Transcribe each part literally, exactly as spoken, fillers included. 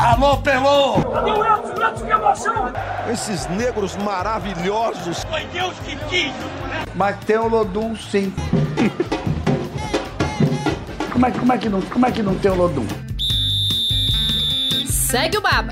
Alô, Pelô! Cadê o Edson? O Edson, que emoção! Esses negros maravilhosos! Foi Deus que quis, né? Mas tem o Lodum, sim. como, é, como, é que não, como é que não tem o Lodum? Segue o Baba!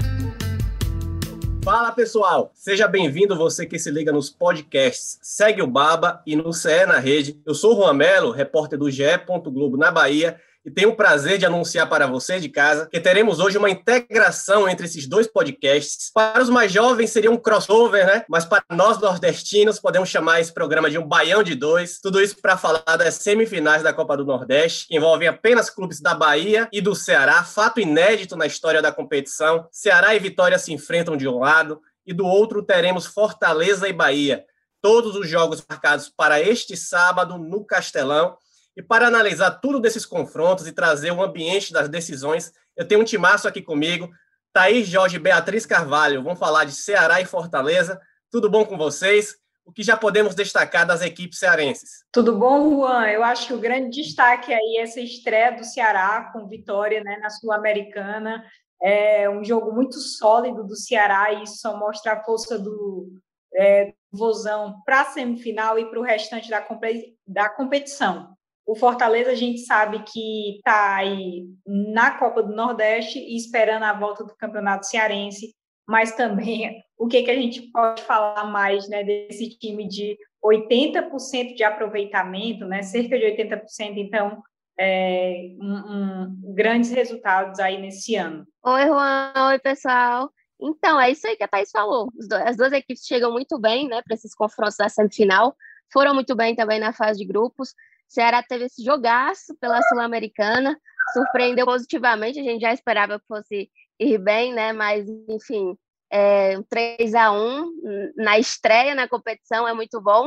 Fala, pessoal! Seja bem-vindo você que se liga nos podcasts Segue o Baba e no C E na Rede. Eu sou o Juan Melo, repórter do G E. Globo na Bahia, e tenho o prazer de anunciar para você de casa que teremos hoje uma integração entre esses dois podcasts. Para os mais jovens seria um crossover, né? Mas para nós nordestinos podemos chamar esse programa de um baião de dois. Tudo isso para falar das semifinais da Copa do Nordeste, que envolvem apenas clubes da Bahia e do Ceará, fato inédito na história da competição. Ceará e Vitória se enfrentam de um lado e do outro teremos Fortaleza e Bahia. Todos os jogos marcados para este sábado no Castelão. E para analisar tudo desses confrontos e trazer o ambiente das decisões, eu tenho um timaço aqui comigo, Thaís Jorge e Beatriz Carvalho. Vamos falar de Ceará e Fortaleza. Tudo bom com vocês? O que já podemos destacar das equipes cearenses? Tudo bom, Juan? Eu acho que o grande destaque aí é essa estreia do Ceará com vitória, né, na Sul-Americana. É um jogo muito sólido do Ceará e isso só mostra a força do é, Vozão para a semifinal e para o restante da, da competição. O Fortaleza, a gente sabe que está aí na Copa do Nordeste e esperando a volta do Campeonato Cearense, mas também o que, que a gente pode falar mais, né, desse time de oitenta por cento de aproveitamento, né, cerca de oitenta por cento, então, é, um, um, grandes resultados aí nesse ano. Oi, Juan. Oi, pessoal. Então, é isso aí que a Thaís falou. As duas equipes chegam muito bem, né, para esses confrontos da semifinal, foram muito bem também na fase de grupos. Ceará teve esse jogaço pela Sul-Americana, surpreendeu positivamente, a gente já esperava que fosse ir bem, né? Mas, enfim, é, três a um na estreia na competição é muito bom.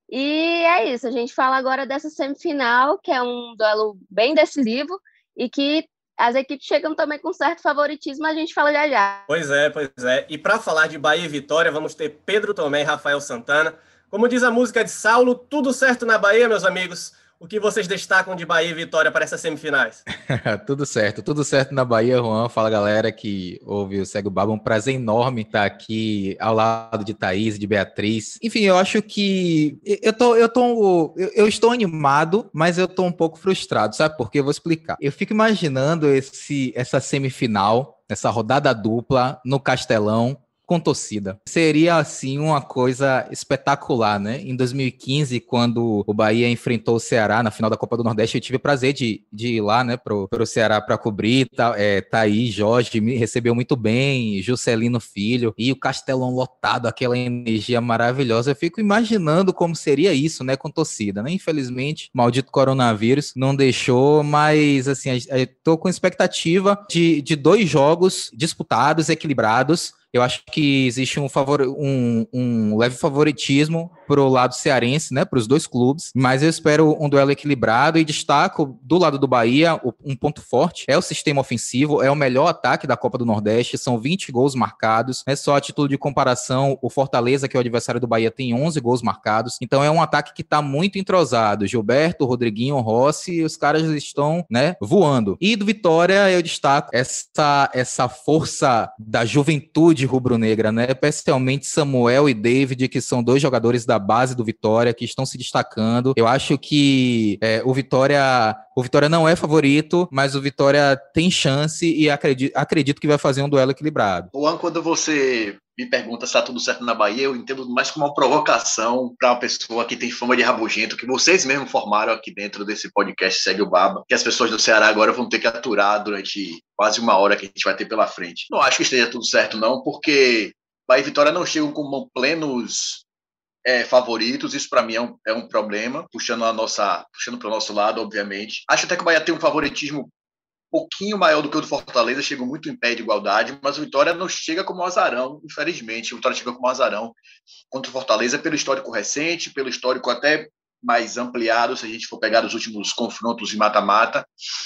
E é isso, a gente fala agora dessa semifinal, que é um duelo bem decisivo e que as equipes chegam também com certo favoritismo, a gente fala já já. Pois é, pois é. E para falar de Bahia e Vitória, vamos ter Pedro Tomé e Rafael Santana. Como diz a música de Saulo, tudo certo na Bahia, meus amigos? O que vocês destacam de Bahia e Vitória para essas semifinais? Tudo certo, tudo certo na Bahia, Juan. Fala, galera que ouve o Segue o Baba. Um prazer enorme estar aqui ao lado de Thaís, de Beatriz. Enfim, eu acho que eu, tô, eu, tô, eu, eu estou animado, mas eu estou um pouco frustrado, sabe por quê? Eu vou explicar. Eu fico imaginando esse, essa semifinal, essa rodada dupla no Castelão, com torcida. Seria, assim, uma coisa espetacular, né? Em dois mil e quinze, quando o Bahia enfrentou o Ceará na final da Copa do Nordeste, eu tive o prazer de, de ir lá, né, pro, pro Ceará para cobrir. Tá, é, Thaís, Jorge me recebeu muito bem, Juscelino Filho, e o Castelão lotado, aquela energia maravilhosa. Eu fico imaginando como seria isso, né, com torcida, né? Infelizmente, maldito coronavírus não deixou, mas, assim, eu tô com expectativa de, de dois jogos disputados, equilibrados. Eu acho que existe um, favor, um, um leve favoritismo pro lado cearense, né, para os dois clubes, mas eu espero um duelo equilibrado e destaco do lado do Bahia, um ponto forte é o sistema ofensivo, é o melhor ataque da Copa do Nordeste, são vinte gols marcados, é só a título de comparação, o Fortaleza, que é o adversário do Bahia, tem onze gols marcados, então é um ataque que está muito entrosado, Gilberto, Rodriguinho, Rossi, os caras estão, né, voando. E do Vitória eu destaco essa, essa força da juventude rubro-negra, né, especialmente Samuel e David, que são dois jogadores da base do Vitória, que estão se destacando. Eu acho que é, o Vitória o Vitória não é favorito, mas o Vitória tem chance e acredito, acredito que vai fazer um duelo equilibrado. Juan, quando você me pergunta se está tudo certo na Bahia, eu entendo mais como uma provocação para uma pessoa que tem fama de rabugento, que vocês mesmos formaram aqui dentro desse podcast Segue o Baba, que as pessoas do Ceará agora vão ter que aturar durante quase uma hora que a gente vai ter pela frente. Não acho que esteja tudo certo não, porque Bahia e Vitória não chegam como plenos É, favoritos, isso para mim é um, é um problema, puxando a nossa, puxando para o nosso lado, obviamente. Acho até que o Bahia tem um favoritismo um pouquinho maior do que o do Fortaleza, chega muito em pé de igualdade, mas o Vitória não chega como azarão, infelizmente. O Vitória chega como azarão contra o Fortaleza pelo histórico recente, pelo histórico até mais ampliado, se a gente for pegar os últimos confrontos de mata-mata,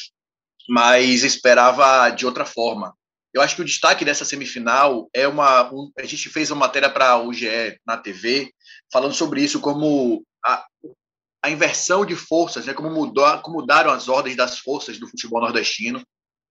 mas esperava de outra forma. Eu acho que o destaque dessa semifinal é uma... Um, a gente fez uma matéria para o G E na T V, falando sobre isso, como a, a inversão de forças, né, como, mudou, como mudaram as ordens das forças do futebol nordestino,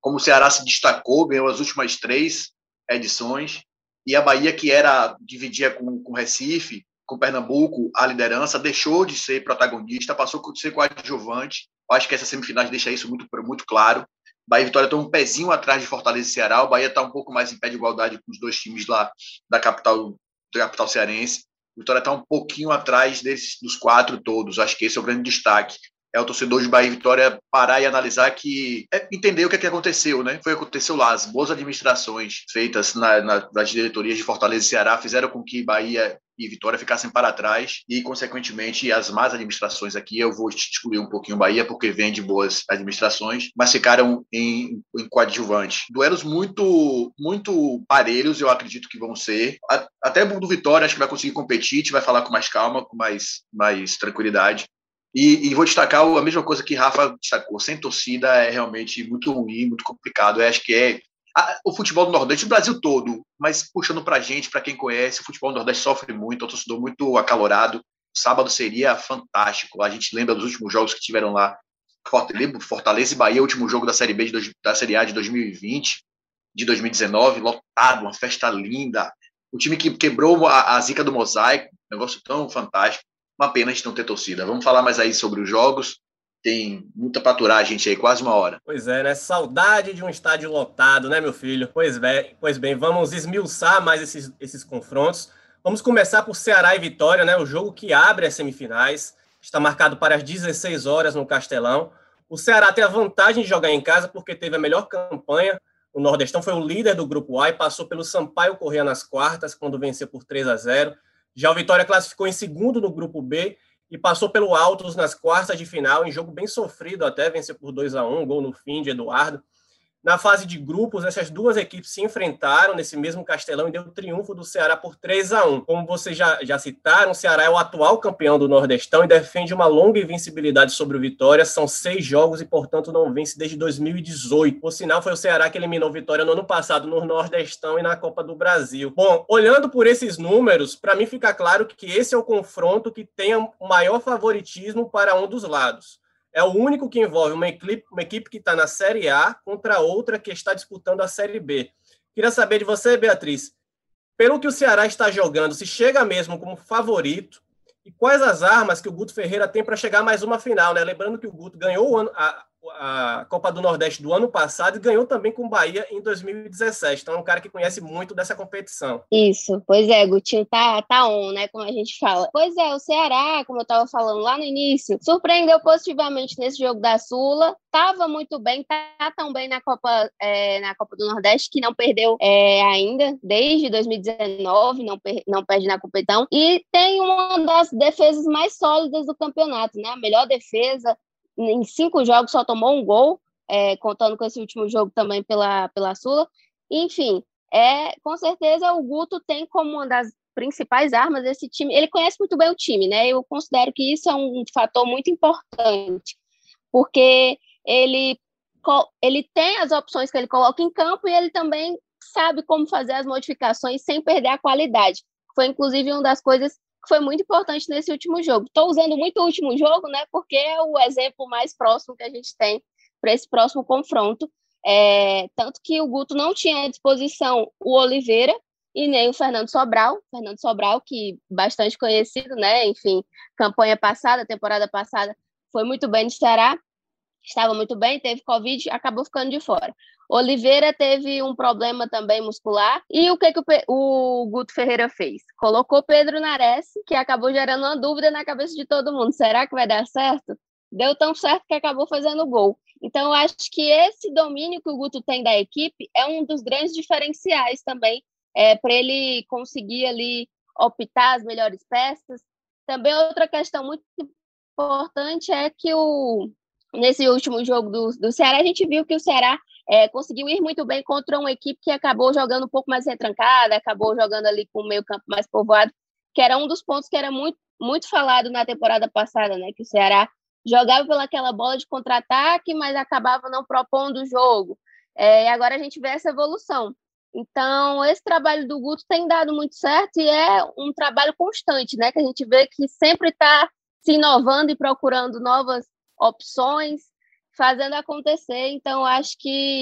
como o Ceará se destacou, ganhou as últimas três edições, e a Bahia, que era dividia com o Recife, com Pernambuco, a liderança, deixou de ser protagonista, passou a ser coadjuvante. Eu acho que essas semifinais deixam isso muito, muito claro. Bahia e Vitória estão um pezinho atrás de Fortaleza e Ceará. O Bahia está um pouco mais em pé de igualdade com os dois times lá da capital, da capital cearense. O Vitória está um pouquinho atrás desses, dos quatro todos. Acho que esse é o grande destaque. É o torcedor de Bahia e Vitória parar e analisar que... É entender o que, é que aconteceu, né? Foi o que aconteceu lá. As boas administrações feitas na, na, nas diretorias de Fortaleza e Ceará fizeram com que Bahia e Vitória ficassem para trás e, consequentemente, as más administrações aqui, eu vou excluir um pouquinho Bahia, porque vem de boas administrações, mas ficaram em, em coadjuvante. Duelos muito, muito parelhos, eu acredito que vão ser. Até o do Vitória, acho que vai conseguir competir, vai falar com mais calma, com mais, mais tranquilidade. E, e vou destacar a mesma coisa que Rafa destacou. Sem torcida é realmente muito ruim, muito complicado. Eu acho que é a, o futebol do Nordeste, o Brasil todo, mas puxando pra gente, para quem conhece, o futebol do Nordeste sofre muito, é um torcedor muito acalorado. O sábado seria fantástico. A gente lembra dos últimos jogos que tiveram lá. Fortaleza e Bahia, o último jogo da Série B, de dois, da Série A de dois mil e vinte, de dois mil e dezenove, lotado, uma festa linda. O time que quebrou a, a zica do mosaico, um negócio tão fantástico. Uma pena a gente não ter torcida. Vamos falar mais aí sobre os jogos. Tem muita pra aturar a gente aí, quase uma hora. Pois é, né? Saudade de um estádio lotado, né, meu filho? Pois bem, pois bem, vamos esmiuçar mais esses, esses confrontos. Vamos começar por Ceará e Vitória, né? O jogo que abre as semifinais. Está marcado para as dezesseis horas no Castelão. O Ceará tem a vantagem de jogar em casa porque teve a melhor campanha. O Nordestão foi o líder do Grupo A e passou pelo Sampaio Corrêa nas quartas, quando venceu por três a zero. Já o Vitória classificou em segundo no Grupo B e passou pelo Altos nas quartas de final, em jogo bem sofrido até, venceu por dois a um, gol no fim de Eduardo. Na fase de grupos, essas duas equipes se enfrentaram nesse mesmo Castelão e deu o triunfo do Ceará por três a um. Como vocês já, já citaram, o Ceará é o atual campeão do Nordestão e defende uma longa invencibilidade sobre o Vitória. São seis jogos e, portanto, não vence desde dois mil e dezoito. Por sinal, foi o Ceará que eliminou o Vitória no ano passado no Nordestão e na Copa do Brasil. Bom, olhando por esses números, para mim fica claro que esse é o confronto que tem o maior favoritismo para um dos lados. É o único que envolve uma equipe, uma equipe que está na Série A contra outra que está disputando a Série B. Queria saber de você, Beatriz, pelo que o Ceará está jogando, se chega mesmo como favorito e quais as armas que o Guto Ferreira tem para chegar a mais uma final, né? Lembrando que o Guto ganhou o ano, a, a Copa do Nordeste do ano passado e ganhou também com o Bahia em dois mil e dezessete. Então é um cara que conhece muito dessa competição. Isso, pois é, Gutinho tá, tá on, né, como a gente fala. Pois é, o Ceará, como eu estava falando lá no início, surpreendeu positivamente nesse jogo da Sula, estava muito bem, tá tão bem na Copa, é, na Copa do Nordeste, que não perdeu é, ainda, desde dois mil e dezenove, não, per, não perde na competição, e tem uma das defesas mais sólidas do campeonato, né, a melhor defesa. Em cinco jogos só tomou um gol, é, contando com esse último jogo também pela, pela Sula. Enfim, é, com certeza o Guto tem como uma das principais armas esse time. Ele conhece muito bem o time, né? Eu considero que isso é um fator muito importante, porque ele, ele tem as opções que ele coloca em campo e ele também sabe como fazer as modificações sem perder a qualidade. Foi, inclusive, uma das coisas que foi muito importante nesse último jogo. Estou usando muito o último jogo, né, porque é o exemplo mais próximo que a gente tem para esse próximo confronto. É, tanto que o Guto não tinha à disposição o Oliveira e nem o Fernando Sobral. Fernando Sobral, que bastante conhecido, né? Enfim, campanha passada, temporada passada, foi muito bem no Ceará, estava muito bem, teve Covid, acabou ficando de fora. Oliveira teve um problema também muscular. E o que, que o, o Guto Ferreira fez? Colocou Pedro Nares, que acabou gerando uma dúvida na cabeça de todo mundo. Será que vai dar certo? Deu tão certo que acabou fazendo gol. Então, eu acho que esse domínio que o Guto tem da equipe é um dos grandes diferenciais também, é, para ele conseguir ali optar as melhores peças. Também outra questão muito importante é que o, nesse último jogo do, do Ceará, a gente viu que o Ceará É, conseguiu ir muito bem contra uma equipe que acabou jogando um pouco mais retrancada, acabou jogando ali com o meio campo mais povoado, que era um dos pontos que era muito, muito falado na temporada passada, né? Que o Ceará jogava pelaquela bola de contra-ataque, mas acabava não propondo o jogo. É, e agora a gente vê essa evolução. Então, esse trabalho do Guto tem dado muito certo e é um trabalho constante, né? Que a gente vê que sempre está se inovando e procurando novas opções, fazendo acontecer. Então, acho que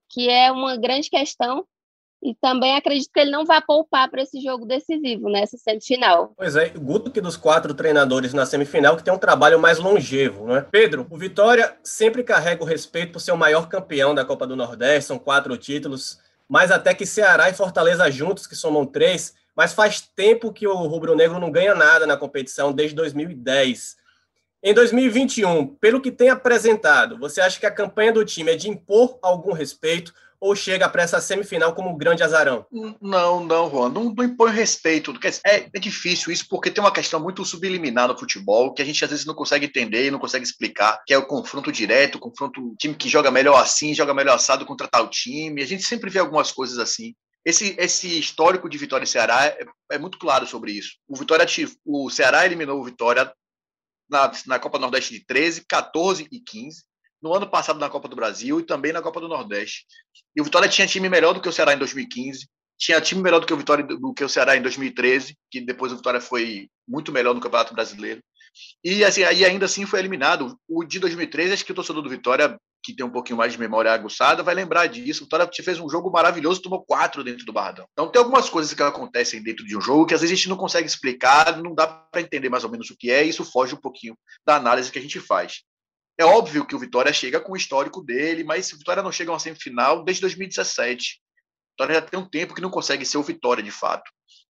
que é uma grande questão. E também acredito que ele não vai poupar para esse jogo decisivo, nessa semifinal. Pois é, o Guto, que dos quatro treinadores na semifinal, que tem um trabalho mais longevo, não é? Pedro, o Vitória sempre carrega o respeito por ser o maior campeão da Copa do Nordeste, são quatro títulos, mais até que Ceará e Fortaleza juntos, que somam três, mas faz tempo que o rubro-negro não ganha nada na competição, desde dois mil e dez. Em dois mil e vinte e um, pelo que tem apresentado, você acha que a campanha do time é de impor algum respeito ou chega para essa semifinal como um grande azarão? Não, não, Juan, não, não impõe respeito. Quer dizer, é, é difícil isso porque tem uma questão muito subliminar no futebol que a gente às vezes não consegue entender e não consegue explicar, que é o confronto direto, o confronto, o time que joga melhor assim, joga melhor assado contra tal time. A gente sempre vê algumas coisas assim. Esse, esse histórico de Vitória e Ceará é, é muito claro sobre isso. O, Vitória, o Ceará eliminou o Vitória na, na Copa do Nordeste de treze, quatorze e quinze. No ano passado na Copa do Brasil e também na Copa do Nordeste. E o Vitória tinha time melhor do que o Ceará em dois mil e quinze, tinha time melhor do que o Vitória do que o Ceará em dois mil e treze, que depois o Vitória foi muito melhor no Campeonato Brasileiro. E assim, aí ainda assim foi eliminado. O de dois mil e treze, acho que o torcedor do Vitória, que tem um pouquinho mais de memória aguçada, vai lembrar disso. O Vitória fez um jogo maravilhoso, tomou quatro dentro do Barradão. Então tem algumas coisas que acontecem dentro de um jogo que às vezes a gente não consegue explicar, não dá para entender mais ou menos o que é, e isso foge um pouquinho da análise que a gente faz. É óbvio que o Vitória chega com o histórico dele, mas o Vitória não chega a uma semifinal desde dois mil e dezessete. O Vitória já tem um tempo que não consegue ser o Vitória, de fato.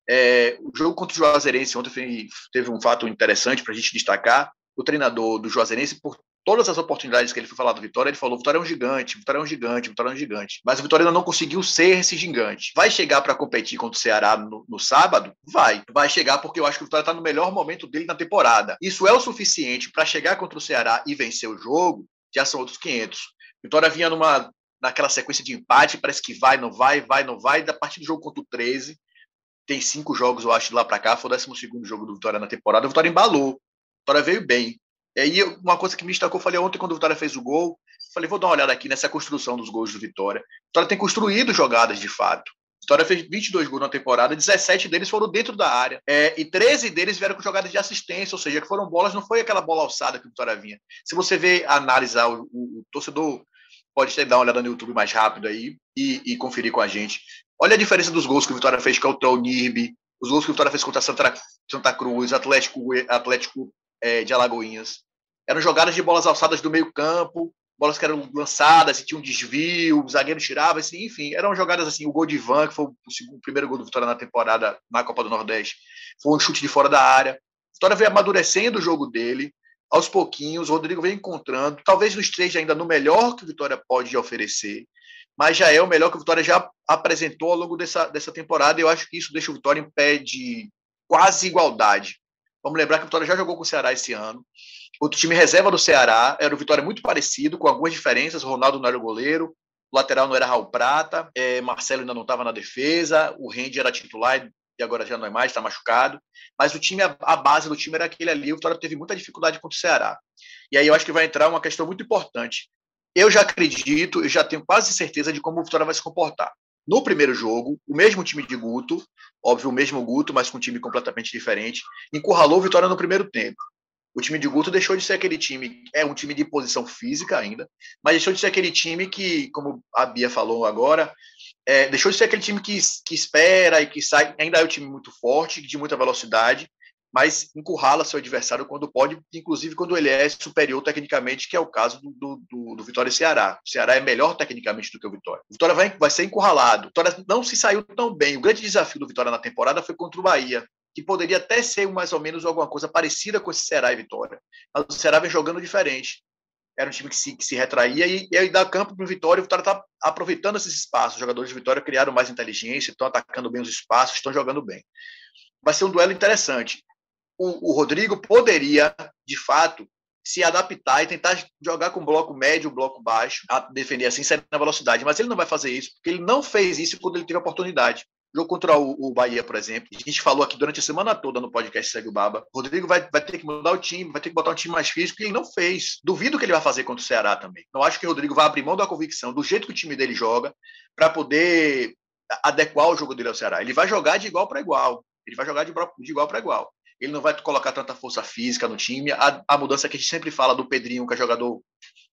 É, o jogo contra o Juazeirense ontem foi, teve um fato interessante para a gente destacar. O treinador do Juazeirense, por todas as oportunidades que ele foi falar do Vitória, ele falou: Vitória é um gigante, Vitória é um gigante, Vitória é um gigante. Mas o Vitória ainda não conseguiu ser esse gigante. Vai chegar para competir contra o Ceará no, no sábado? Vai. Vai chegar porque eu acho que o Vitória está no melhor momento dele na temporada. Isso é o suficiente para chegar contra o Ceará e vencer o jogo? Já são outros quinhentos. Vitória vinha numa, naquela sequência de empate, parece que vai, não vai, vai, não vai. Da partir do jogo contra o treze, tem cinco jogos, eu acho, de lá para cá. Foi o décimo segundo jogo do Vitória na temporada. O Vitória embalou. O Vitória veio bem. E aí, uma coisa que me destacou, eu falei ontem, quando o Vitória fez o gol, falei, vou dar uma olhada aqui nessa construção dos gols do Vitória. O Vitória tem construído jogadas, de fato. O Vitória fez vinte e dois gols na temporada, dezessete deles foram dentro da área, é, e treze deles vieram com jogadas de assistência, ou seja, que foram bolas, não foi aquela bola alçada que o Vitória vinha. Se você ver, analisar, o, o, o torcedor pode até dar uma olhada no YouTube mais rápido aí e, e conferir com a gente. Olha a diferença dos gols que o Vitória fez contra o Nirbe, os gols que o Vitória fez contra Santa, Santa Cruz, Atlético, Atlético é, de Alagoinhas. Eram jogadas de bolas alçadas do meio campo, bolas que eram lançadas, e tinha um desvio, o zagueiro tirava, assim, enfim, eram jogadas assim. O gol de Ivan, que foi o, segundo, o primeiro gol do Vitória na temporada, na Copa do Nordeste, foi um chute de fora da área. A Vitória veio amadurecendo o jogo dele, aos pouquinhos, o Rodrigo veio encontrando, talvez não esteja ainda no melhor que o Vitória pode oferecer, mas já é o melhor que o Vitória já apresentou ao longo dessa, dessa temporada, e eu acho que isso deixa o Vitória em pé de quase igualdade. Vamos lembrar que o Vitória já jogou com o Ceará esse ano. Outro time reserva do Ceará era o Vitória muito parecido, com algumas diferenças. O Ronaldo não era o goleiro, o lateral não era Raul Prata, é, Marcelo ainda não estava na defesa, o Rendi era titular e agora já não é mais, está machucado. Mas o time, a base do time era aquele ali. O Vitória teve muita dificuldade contra o Ceará. E aí eu acho que vai entrar uma questão muito importante. Eu já acredito, eu já tenho quase certeza de como o Vitória vai se comportar. No primeiro jogo, o mesmo time de Guto, óbvio, o mesmo Guto, mas com um time completamente diferente, encurralou o Vitória no primeiro tempo. O time de Guto deixou de ser aquele time, é um time de posição física ainda, mas deixou de ser aquele time que, como a Bia falou agora, é, deixou de ser aquele time que, que espera e que sai, ainda é um time muito forte, de muita velocidade, mas encurrala seu adversário quando pode, inclusive quando ele é superior tecnicamente, que é o caso do, do, do Vitória e Ceará. O Ceará é melhor tecnicamente do que o Vitória. O Vitória vai, vai ser encurralado. O Vitória não se saiu tão bem. O grande desafio do Vitória na temporada foi contra o Bahia, que poderia até ser mais ou menos alguma coisa parecida com esse Ceará e Vitória. Mas o Ceará vem jogando diferente. Era um time que se, que se retraía e, e aí dá campo para o Vitória. O Vitória está aproveitando esses espaços. Os jogadores de Vitória criaram mais inteligência, estão atacando bem os espaços, estão jogando bem. Vai ser um duelo interessante. O, o Rodrigo poderia, de fato, se adaptar e tentar jogar com bloco médio, bloco baixo, a defender assim, sair na velocidade. Mas ele não vai fazer isso, porque ele não fez isso quando ele teve a oportunidade. Jogo contra o, o Bahia, por exemplo, a gente falou aqui durante a semana toda no podcast Segue o Baba, o Rodrigo vai, vai ter que mudar o time, vai ter que botar um time mais físico, que ele não fez. Duvido que ele vai fazer contra o Ceará também. Não acho que o Rodrigo vai abrir mão da convicção, do jeito que o time dele joga, para poder adequar o jogo dele ao Ceará. Ele vai jogar de igual para igual. Ele vai jogar de, de igual para igual. Ele não vai colocar tanta força física no time. A, a mudança que a gente sempre fala do Pedrinho, que é jogador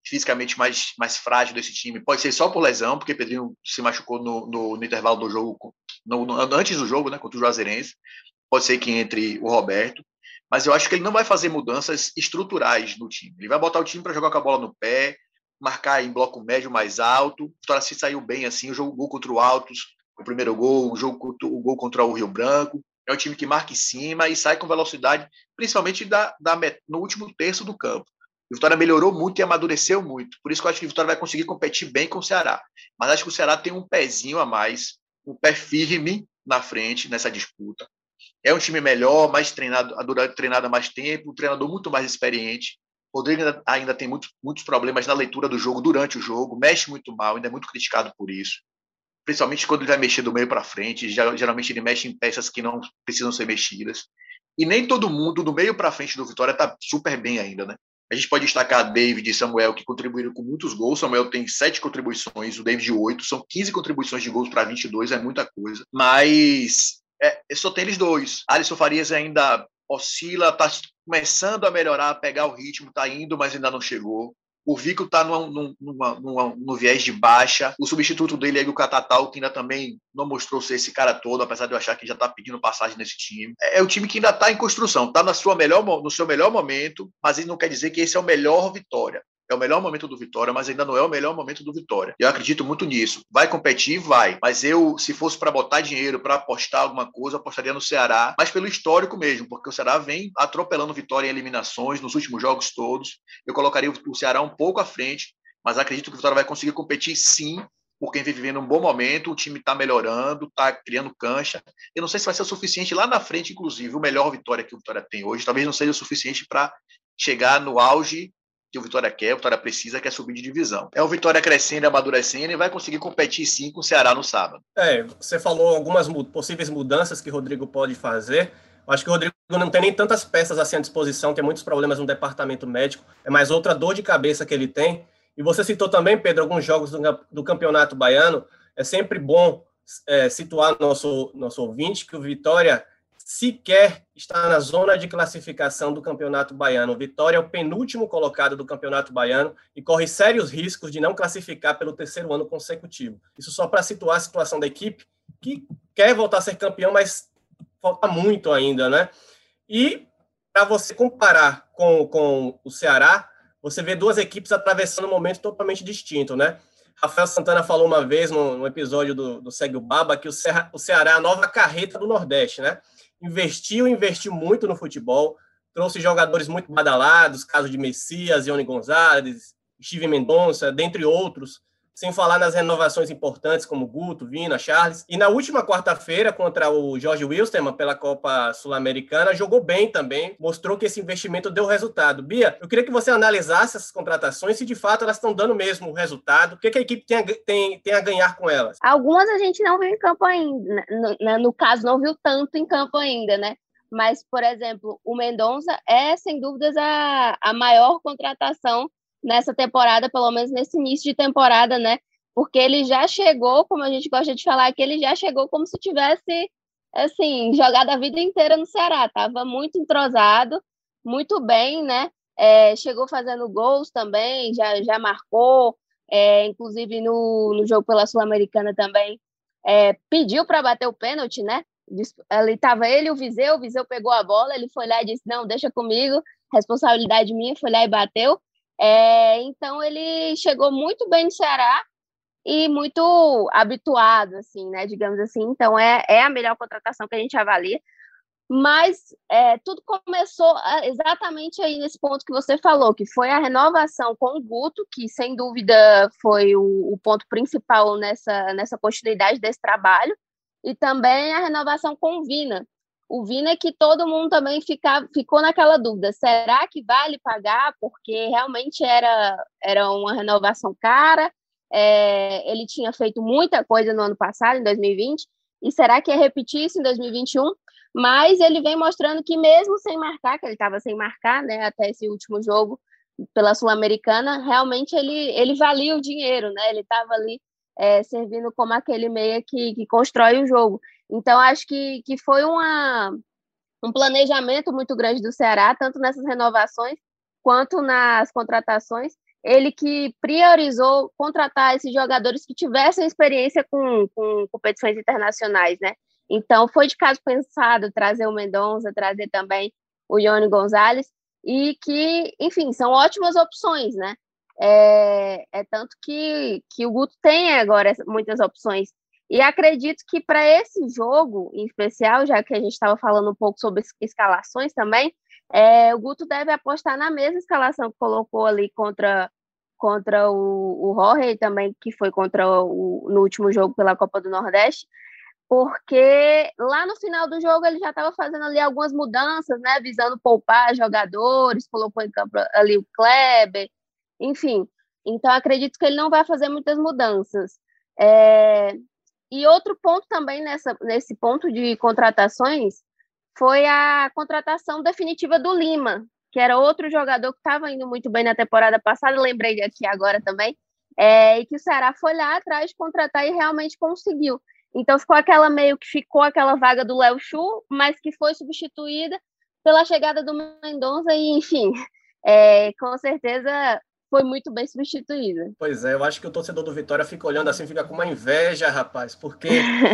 fisicamente mais, mais frágil desse time. Pode ser só por lesão, porque Pedrinho se machucou no, no, no intervalo do jogo, no, no, antes do jogo, né, contra o Juazeirense. Pode ser que entre o Roberto. Mas eu acho que ele não vai fazer mudanças estruturais no time. Ele vai botar o time para jogar com a bola no pé, marcar em bloco médio mais alto. O Vitória se saiu bem assim, o jogo o gol contra o Altos, o primeiro gol, o, jogo, o gol contra o Rio Branco. É um time que marca em cima e sai com velocidade, principalmente da, da, no último terço do campo. O Vitória melhorou muito e amadureceu muito. Por isso que eu acho que o Vitória vai conseguir competir bem com o Ceará. Mas acho que o Ceará tem um pezinho a mais, um pé firme na frente nessa disputa. É um time melhor, mais treinado, treinado há mais tempo, um treinador muito mais experiente. O Rodrigo ainda, ainda tem muito, muitos problemas na leitura do jogo, durante o jogo, mexe muito mal, ainda é muito criticado por isso. Principalmente quando ele vai mexer do meio para frente, já, geralmente ele mexe em peças que não precisam ser mexidas. E nem todo mundo do meio para frente do Vitória está super bem ainda, né? A gente pode destacar David e Samuel, que contribuíram com muitos gols. Samuel tem sete contribuições, o David oito, são quinze contribuições de gols para vinte e dois, é muita coisa. Mas é, só tem eles dois. Alisson Farias ainda oscila, está começando a melhorar, a pegar o ritmo, está indo, mas ainda não chegou. O Vico está no viés de baixa. O substituto dele é o Catatal, que ainda também não mostrou ser esse cara todo, apesar de eu achar que já está pedindo passagem nesse time. É, é o time que ainda está em construção, está no seu melhor momento, mas isso não quer dizer que esse é o melhor Vitória. É o melhor momento do Vitória, mas ainda não é o melhor momento do Vitória. Eu acredito muito nisso. Vai competir? Vai. Mas eu, se fosse para botar dinheiro, para apostar alguma coisa, apostaria no Ceará, mas pelo histórico mesmo, porque o Ceará vem atropelando Vitória em eliminações nos últimos jogos todos. Eu colocaria o Ceará um pouco à frente, mas acredito que o Vitória vai conseguir competir sim, porque vem vivendo um bom momento, o time está melhorando, está criando cancha. Eu não sei se vai ser o suficiente lá na frente, inclusive, o melhor Vitória que o Vitória tem hoje, talvez não seja o suficiente para chegar no auge que o Vitória quer, o Vitória precisa, que é subir de divisão. É o Vitória crescendo, amadurecendo e vai conseguir competir sim com o Ceará no sábado. É, você falou algumas possíveis mudanças que o Rodrigo pode fazer. Eu acho que o Rodrigo não tem nem tantas peças assim à disposição, tem muitos problemas no departamento médico, é mais outra dor de cabeça que ele tem. E você citou também, Pedro, alguns jogos do, do Campeonato Baiano. É sempre bom é, situar nosso, nosso ouvinte que o Vitória sequer está na zona de classificação do Campeonato Baiano. O Vitória é o penúltimo colocado do Campeonato Baiano e corre sérios riscos de não classificar pelo terceiro ano consecutivo. Isso só para situar a situação da equipe, que quer voltar a ser campeão, mas falta muito ainda, né? E para você comparar com, com o Ceará, você vê duas equipes atravessando um momento totalmente distinto, né? Rafael Santana falou uma vez no, no episódio do, do Segue o Baba que o, Ceará, o Ceará é a nova carreta do Nordeste, né? Investiu, investiu muito no futebol, trouxe jogadores muito badalados, caso de Messias, Ione Gonzalez, Steven Mendonça, dentre outros, sem falar nas renovações importantes como Guto, Vina, Charles. E na última quarta-feira, contra o Jorge Wilstermann, pela Copa Sul-Americana, jogou bem também, mostrou que esse investimento deu resultado. Bia, eu queria que você analisasse essas contratações, se de fato elas estão dando mesmo o resultado, o que, que a equipe tem a, tem, tem a ganhar com elas? Algumas a gente não viu em campo ainda, no, no caso, não viu tanto em campo ainda, né? Mas, por exemplo, o Mendonça é, sem dúvidas, a, a maior contratação nessa temporada, pelo menos nesse início de temporada, né? Porque ele já chegou, como a gente gosta de falar, que ele já chegou como se tivesse, assim, jogado a vida inteira no Ceará. Tava muito entrosado, muito bem, né? É, chegou fazendo gols também, já, já marcou, é, inclusive no, no jogo pela Sul-Americana também, é, pediu para bater o pênalti, né? Ali estava ele e o Viseu, o Viseu pegou a bola, ele foi lá e disse, não, deixa comigo, responsabilidade minha, foi lá e bateu. É, então ele chegou muito bem no Ceará e muito habituado, assim, né, digamos assim. Então é, é a melhor contratação que a gente avalia, mas é, tudo começou exatamente aí nesse ponto que você falou, que foi a renovação com o Guto, que sem dúvida foi o, o ponto principal nessa, nessa continuidade desse trabalho, e também a renovação com o Vina. O Vina é que todo mundo também fica, ficou naquela dúvida, será que vale pagar? Porque realmente era, era uma renovação cara, é, ele tinha feito muita coisa no ano passado, em dois mil e vinte, e será que ia repetir isso em dois mil e vinte e um? Mas ele vem mostrando que mesmo sem marcar, que ele estava sem marcar, né, até esse último jogo pela Sul-Americana, realmente ele, ele valia o dinheiro, né? Ele estava ali é, servindo como aquele meia que, que constrói o jogo. Então, acho que, que foi uma, um planejamento muito grande do Ceará, tanto nessas renovações quanto nas contratações, ele que priorizou contratar esses jogadores que tivessem experiência com, com competições internacionais, né? Então, foi de caso pensado trazer o Mendonça, trazer também o Ione Gonzalez, e que, enfim, são ótimas opções, né? É, é tanto que, que o Guto tem agora muitas opções. E acredito que para esse jogo, em especial, já que a gente estava falando um pouco sobre escalações também, é, o Guto deve apostar na mesma escalação que colocou ali contra, contra o, o Jorge, também que foi contra o, no último jogo pela Copa do Nordeste, porque lá no final do jogo ele já estava fazendo ali algumas mudanças, né, visando poupar jogadores, colocou em campo ali o Kleber, enfim. Então, acredito que ele não vai fazer muitas mudanças. É, e outro ponto também nessa, nesse ponto de contratações foi a contratação definitiva do Lima, que era outro jogador que estava indo muito bem na temporada passada, lembrei aqui agora também, é, e que o Ceará foi lá atrás de contratar e realmente conseguiu. Então, ficou aquela meio que ficou aquela vaga do Léo Chu, mas que foi substituída pela chegada do Mendonça e, enfim, é, com certeza foi muito bem substituída. Pois é, eu acho que o torcedor do Vitória fica olhando assim, fica com uma inveja, rapaz, porque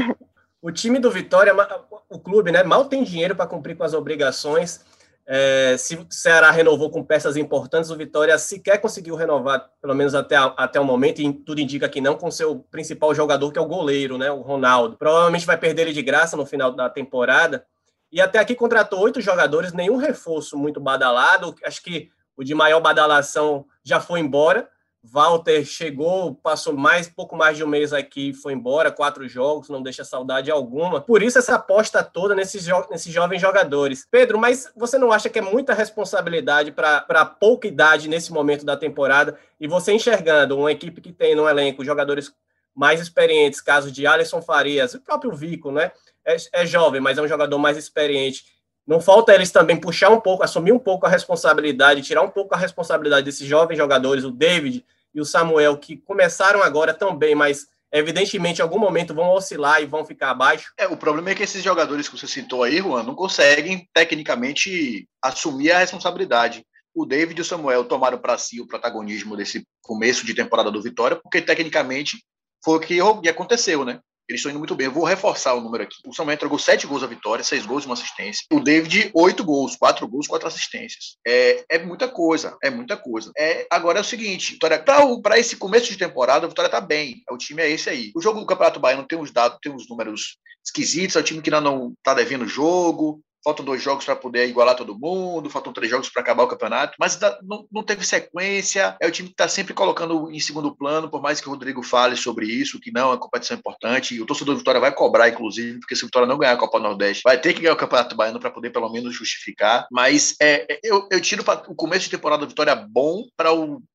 o time do Vitória, o clube, né, mal tem dinheiro para cumprir com as obrigações. É, se o Ceará renovou com peças importantes, o Vitória sequer conseguiu renovar, pelo menos até, até o momento, e tudo indica que não, com seu principal jogador, que é o goleiro, né, o Ronaldo. Provavelmente vai perder ele de graça no final da temporada. E até aqui contratou oito jogadores, nenhum reforço muito badalado. Acho que o de maior badalação já foi embora. Walter chegou, passou mais, pouco mais de um mês aqui, foi embora, quatro jogos, não deixa saudade alguma. Por isso essa aposta toda nesses, jo- nesses jovens jogadores. Pedro, mas você não acha que é muita responsabilidade para pouca idade nesse momento da temporada? E você enxergando uma equipe que tem no elenco jogadores mais experientes, caso de Alisson Farias, o próprio Vico, né? É, é jovem, mas é um jogador mais experiente. Não falta eles também puxar um pouco, assumir um pouco a responsabilidade, tirar um pouco a responsabilidade desses jovens jogadores, o David e o Samuel, que começaram agora também, mas evidentemente em algum momento vão oscilar e vão ficar abaixo. É, o problema é que esses jogadores que você citou aí, Juan, não conseguem tecnicamente assumir a responsabilidade. O David e o Samuel tomaram para si o protagonismo desse começo de temporada do Vitória, porque tecnicamente foi o que aconteceu, né? Eles estão indo muito bem. Eu vou reforçar o número aqui. O Samuel entregou sete gols à Vitória, seis gols e uma assistência. O David, oito gols, quatro gols, quatro assistências. É, é muita coisa, é muita coisa. É, agora é o seguinte, para esse começo de temporada, a Vitória está bem. O time é esse aí. O jogo do Campeonato Baiano tem uns dados, tem uns números esquisitos. É o time que ainda não está devendo jogo. Faltam dois jogos para poder igualar todo mundo, faltam três jogos para acabar o campeonato, mas não, não teve sequência, é o time que está sempre colocando em segundo plano, por mais que o Rodrigo fale sobre isso, que não é uma competição importante, e o torcedor do Vitória vai cobrar, inclusive, porque se o Vitória não ganhar a Copa Nordeste, vai ter que ganhar o Campeonato Baiano para poder pelo menos justificar, mas é, eu, eu tiro o começo de temporada do Vitória bom para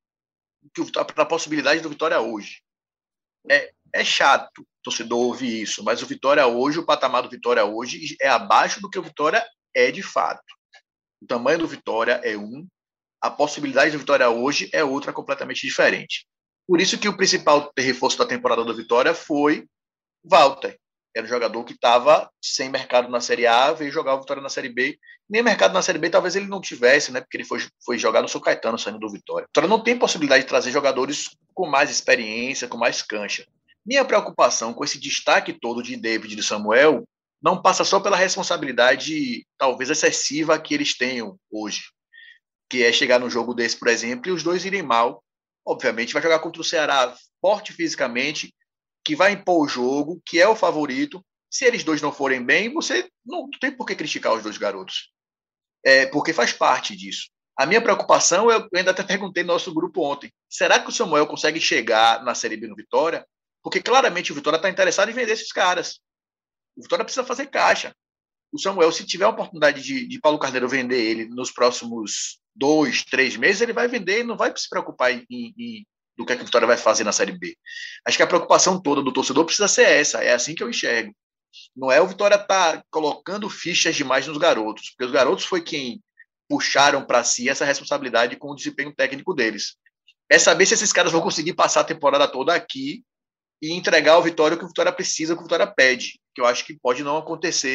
a possibilidade do Vitória hoje. É, é chato o torcedor ouvir isso, mas o Vitória hoje, o patamar do Vitória hoje é abaixo do que o Vitória é de fato. O tamanho do Vitória é um, a possibilidade do Vitória hoje é outra completamente diferente. Por isso que o principal reforço da temporada do Vitória foi Walter. Era um jogador que estava sem mercado na Série A, veio jogar o Vitória na Série B. Nem mercado na Série B talvez ele não tivesse, né? Porque ele foi, foi jogar no São Caetano saindo do Vitória. O Vitória não tem possibilidade de trazer jogadores com mais experiência, com mais cancha. Minha preocupação com esse destaque todo de David e de Samuel não passa só pela responsabilidade talvez excessiva que eles tenham hoje, que é chegar num jogo desse, por exemplo, e os dois irem mal. Obviamente vai jogar contra o Ceará forte fisicamente, que vai impor o jogo, que é o favorito. Se eles dois não forem bem, você não tem por que criticar os dois garotos, é, porque faz parte disso. A minha preocupação, eu ainda até perguntei no nosso grupo ontem, será que o Samuel consegue chegar na Série B no Vitória? Porque claramente o Vitória está interessado em vender esses caras. O Vitória precisa fazer caixa. O Samuel, se tiver a oportunidade de, de Paulo Carneiro vender ele nos próximos dois, três meses, ele vai vender e não vai se preocupar em, em, do que, é que o Vitória vai fazer na Série B. Acho que a preocupação toda do torcedor precisa ser essa. É assim que eu enxergo. Não é o Vitória estar tá colocando fichas demais nos garotos, porque os garotos foi quem puxaram para si essa responsabilidade com o desempenho técnico deles. É saber se esses caras vão conseguir passar a temporada toda aqui e entregar ao Vitória o que o Vitória precisa, o que o Vitória pede, que eu acho que pode não acontecer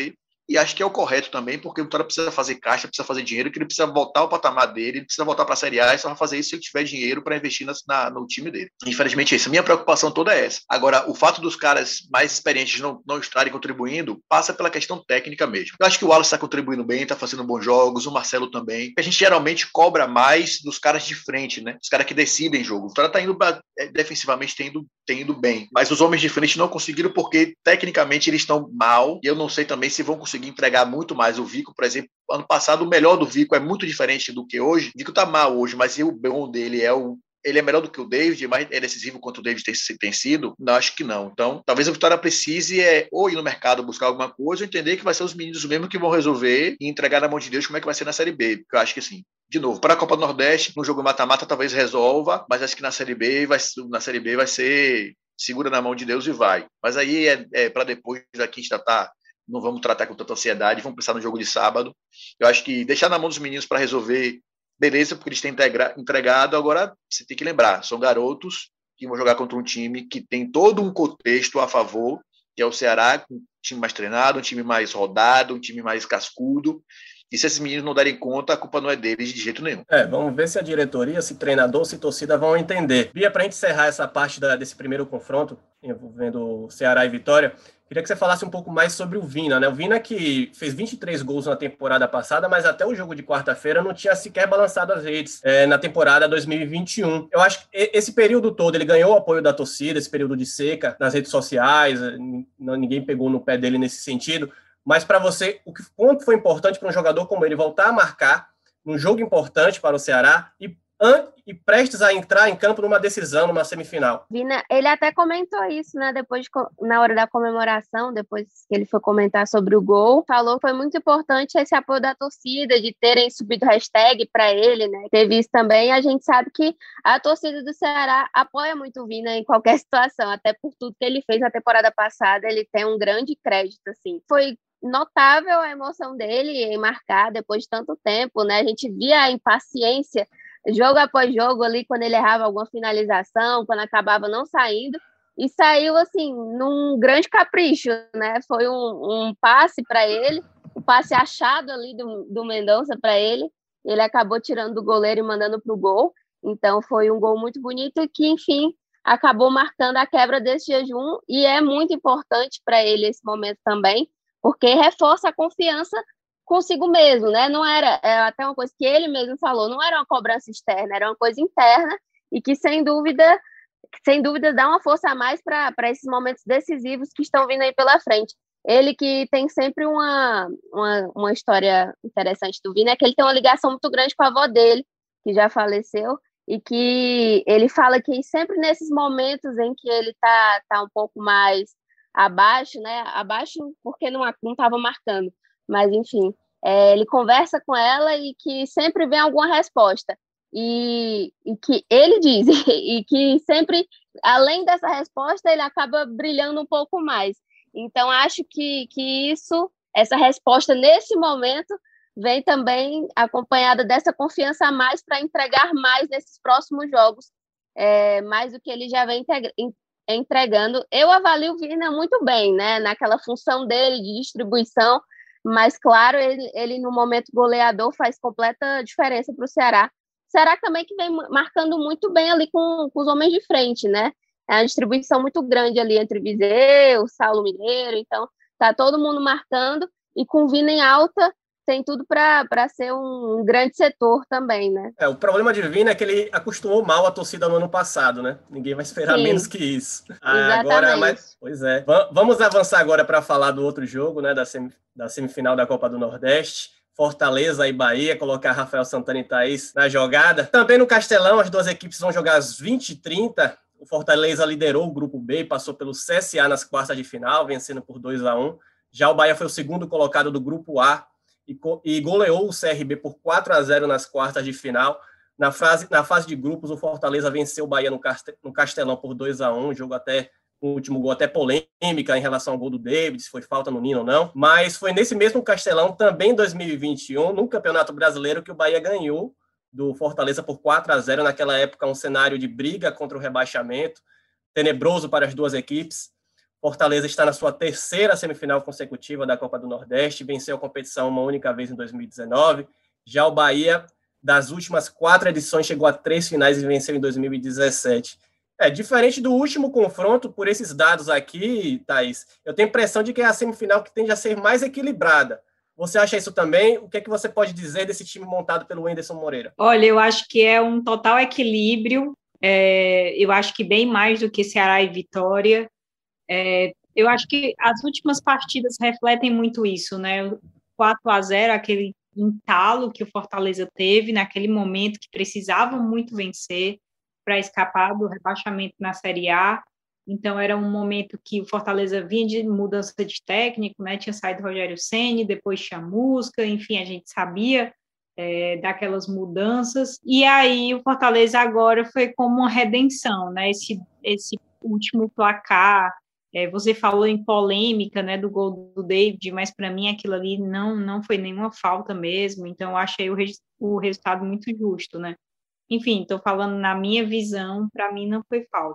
e acho que é o correto também, porque o Vitória precisa fazer caixa, precisa fazer dinheiro, que ele precisa voltar ao patamar dele, ele precisa voltar para a Série A, e só vai fazer isso se ele tiver dinheiro para investir na, na, no time dele. Infelizmente, isso. Minha preocupação toda é essa. Agora, o fato dos caras mais experientes não, não estarem contribuindo passa pela questão técnica mesmo. Eu acho que o Wallace está contribuindo bem, está fazendo bons jogos, o Marcelo também. A gente geralmente cobra mais dos caras de frente, né? Os caras que decidem jogo. O Vitória está indo defensivamente, tem indo, tem indo bem. Mas os homens de frente não conseguiram porque, tecnicamente, eles estão mal. E eu não sei também se vão conseguir entregar muito mais. O Vico, por exemplo, ano passado, o melhor do Vico é muito diferente do que hoje. O Vico tá mal hoje, mas o bom dele é o ele é melhor do que o David, mas é decisivo quanto o David tem, tem sido? Não, acho que não. Então, talvez a Vitória precise é, ou ir no mercado buscar alguma coisa, ou entender que vai ser os meninos mesmo que vão resolver e entregar na mão de Deus como é que vai ser na Série B. Porque eu acho que, assim, de novo, para a Copa do Nordeste, no jogo mata-mata talvez resolva, mas acho que na Série B vai, na Série B vai ser segura na mão de Deus e vai. Mas aí é, é para depois daqui a gente já tá, não vamos tratar com tanta ansiedade, vamos pensar no jogo de sábado. Eu acho que deixar na mão dos meninos para resolver, beleza, porque eles têm entregado, agora você tem que lembrar, são garotos que vão jogar contra um time que tem todo um contexto a favor, que é o Ceará, um time mais treinado, um time mais rodado, um time mais cascudo, e se esses meninos não derem conta, a culpa não é deles de jeito nenhum. É, vamos ver se a diretoria, se treinador, se torcida vão entender. Bia, para a gente encerrar essa parte da, desse primeiro confronto, envolvendo Ceará e Vitória, queria que você falasse um pouco mais sobre o Vina, né? O Vina que fez vinte e três gols na temporada passada, mas até o jogo de quarta-feira não tinha sequer balançado as redes é, na temporada dois mil e vinte e um. Eu acho que esse período todo ele ganhou o apoio da torcida, esse período de seca nas redes sociais, ninguém pegou no pé dele nesse sentido, mas para você, o que, quanto foi importante para um jogador como ele voltar a marcar num jogo importante para o Ceará e e prestes a entrar em campo numa decisão, numa semifinal. Vina, ele até comentou isso, né, depois de, na hora da comemoração, depois que ele foi comentar sobre o gol, falou que foi muito importante esse apoio da torcida, de terem subido hashtag para ele, né, teve isso também. A gente sabe que a torcida do Ceará apoia muito o Vina em qualquer situação, até por tudo que ele fez na temporada passada, ele tem um grande crédito, assim. Foi notável a emoção dele em marcar depois de tanto tempo, né, a gente via a impaciência jogo após jogo ali, quando ele errava alguma finalização, quando acabava não saindo, e saiu assim, num grande capricho, né? Foi um, um passe para ele, um passe achado ali do, do Mendonça para ele, ele acabou tirando do goleiro e mandando para o gol, então foi um gol muito bonito que, enfim, acabou marcando a quebra desse jejum, e é muito importante para ele esse momento também, porque reforça a confiança consigo mesmo, né? Não era, é até uma coisa que ele mesmo falou, não era uma cobrança externa, era uma coisa interna e que, sem dúvida, sem dúvida dá uma força a mais para esses momentos decisivos que estão vindo aí pela frente. Ele que tem sempre uma, uma, uma história interessante do Vina, é que ele tem uma ligação muito grande com a avó dele, que já faleceu, e que ele fala que sempre nesses momentos em que ele tá, tá um pouco mais abaixo, né? Abaixo porque não estava marcando, mas, enfim, é, ele conversa com ela e que sempre vem alguma resposta. E, e que ele diz, e que sempre, além dessa resposta, ele acaba brilhando um pouco mais. Então, acho que, que isso, essa resposta, nesse momento, vem também acompanhada dessa confiança a mais para entregar mais nesses próximos jogos, é, mais do que ele já vem entregando. Eu avalio o Vina muito bem, né, naquela função dele de distribuição, mas, claro, ele, ele no momento goleador faz completa diferença para o Ceará. Ceará também que vem marcando muito bem ali com, com os homens de frente, né? É uma distribuição muito grande ali entre Viseu, Saulo Mineiro, então tá todo mundo marcando, e com o Vina em alta tem tudo para ser um, um grande setor também, né? É, o problema de Vina é que ele acostumou mal a torcida no ano passado, né? Ninguém vai esperar Sim. menos que isso. Exatamente. Agora, mas, pois é. Vamos avançar agora para falar do outro jogo, né? Da, semif- da semifinal da Copa do Nordeste. Fortaleza e Bahia, colocar Rafael Santana e Thaís na jogada. Também no Castelão, as duas equipes vão jogar às vinte e trinta. O Fortaleza liderou o grupo B e passou pelo C S A nas quartas de final, vencendo por dois a um. Já o Bahia foi o segundo colocado do grupo A e goleou o C R B por quatro a zero nas quartas de final. Na fase, na fase de grupos, o Fortaleza venceu o Bahia no Castelão por dois a um, jogo até, o último gol até polêmica em relação ao gol do David, se foi falta no Nino ou não, mas foi nesse mesmo Castelão, também em dois mil e vinte e um, no Campeonato Brasileiro, que o Bahia ganhou do Fortaleza por quatro a zero, naquela época um cenário de briga contra o rebaixamento, tenebroso para as duas equipes. Fortaleza está na sua terceira semifinal consecutiva da Copa do Nordeste, venceu a competição uma única vez em dois mil e dezenove. Já o Bahia, das últimas quatro edições, chegou a três finais e venceu em dois mil e dezessete. É, diferente do último confronto, por esses dados aqui, Thaís, eu tenho a impressão de que é a semifinal que tende a ser mais equilibrada. Você acha isso também? O que é que você pode dizer desse time montado pelo Wenderson Moreira? Olha, eu acho que é um total equilíbrio, é, eu acho que bem mais do que Ceará e Vitória. É, eu acho que as últimas partidas refletem muito isso, né? quatro a zero, aquele entalo que o Fortaleza teve naquele momento que precisava muito vencer para escapar do rebaixamento na Série A. Então, era um momento que o Fortaleza vinha de mudança de técnico, né? Tinha saído Rogério Ceni, depois Chamusca, enfim, a gente sabia é, daquelas mudanças. E aí, o Fortaleza agora foi como uma redenção, né? Esse, esse último placar. É, você falou em polêmica, né, do gol do David, mas para mim aquilo ali não, não foi nenhuma falta mesmo, então eu achei o, res, o resultado muito justo, né? Enfim, estou falando na minha visão, para mim não foi falta.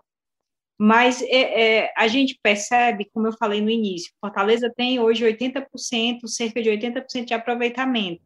Mas é, é, a gente percebe, como eu falei no início, Fortaleza tem hoje oitenta por cento, cerca de oitenta por cento de aproveitamento,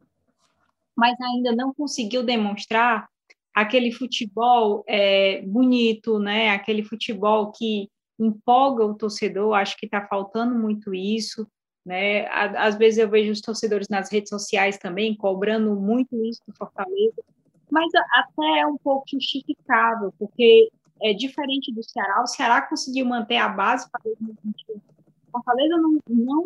mas ainda não conseguiu demonstrar aquele futebol é, bonito, né? Aquele futebol que empolga o torcedor. Acho que está faltando muito isso, né? Às vezes eu vejo os torcedores nas redes sociais também cobrando muito isso do Fortaleza, mas até é um pouco justificável, porque é diferente do Ceará. O Ceará conseguiu manter a base para dois mil e vinte e um. Fortaleza não, não,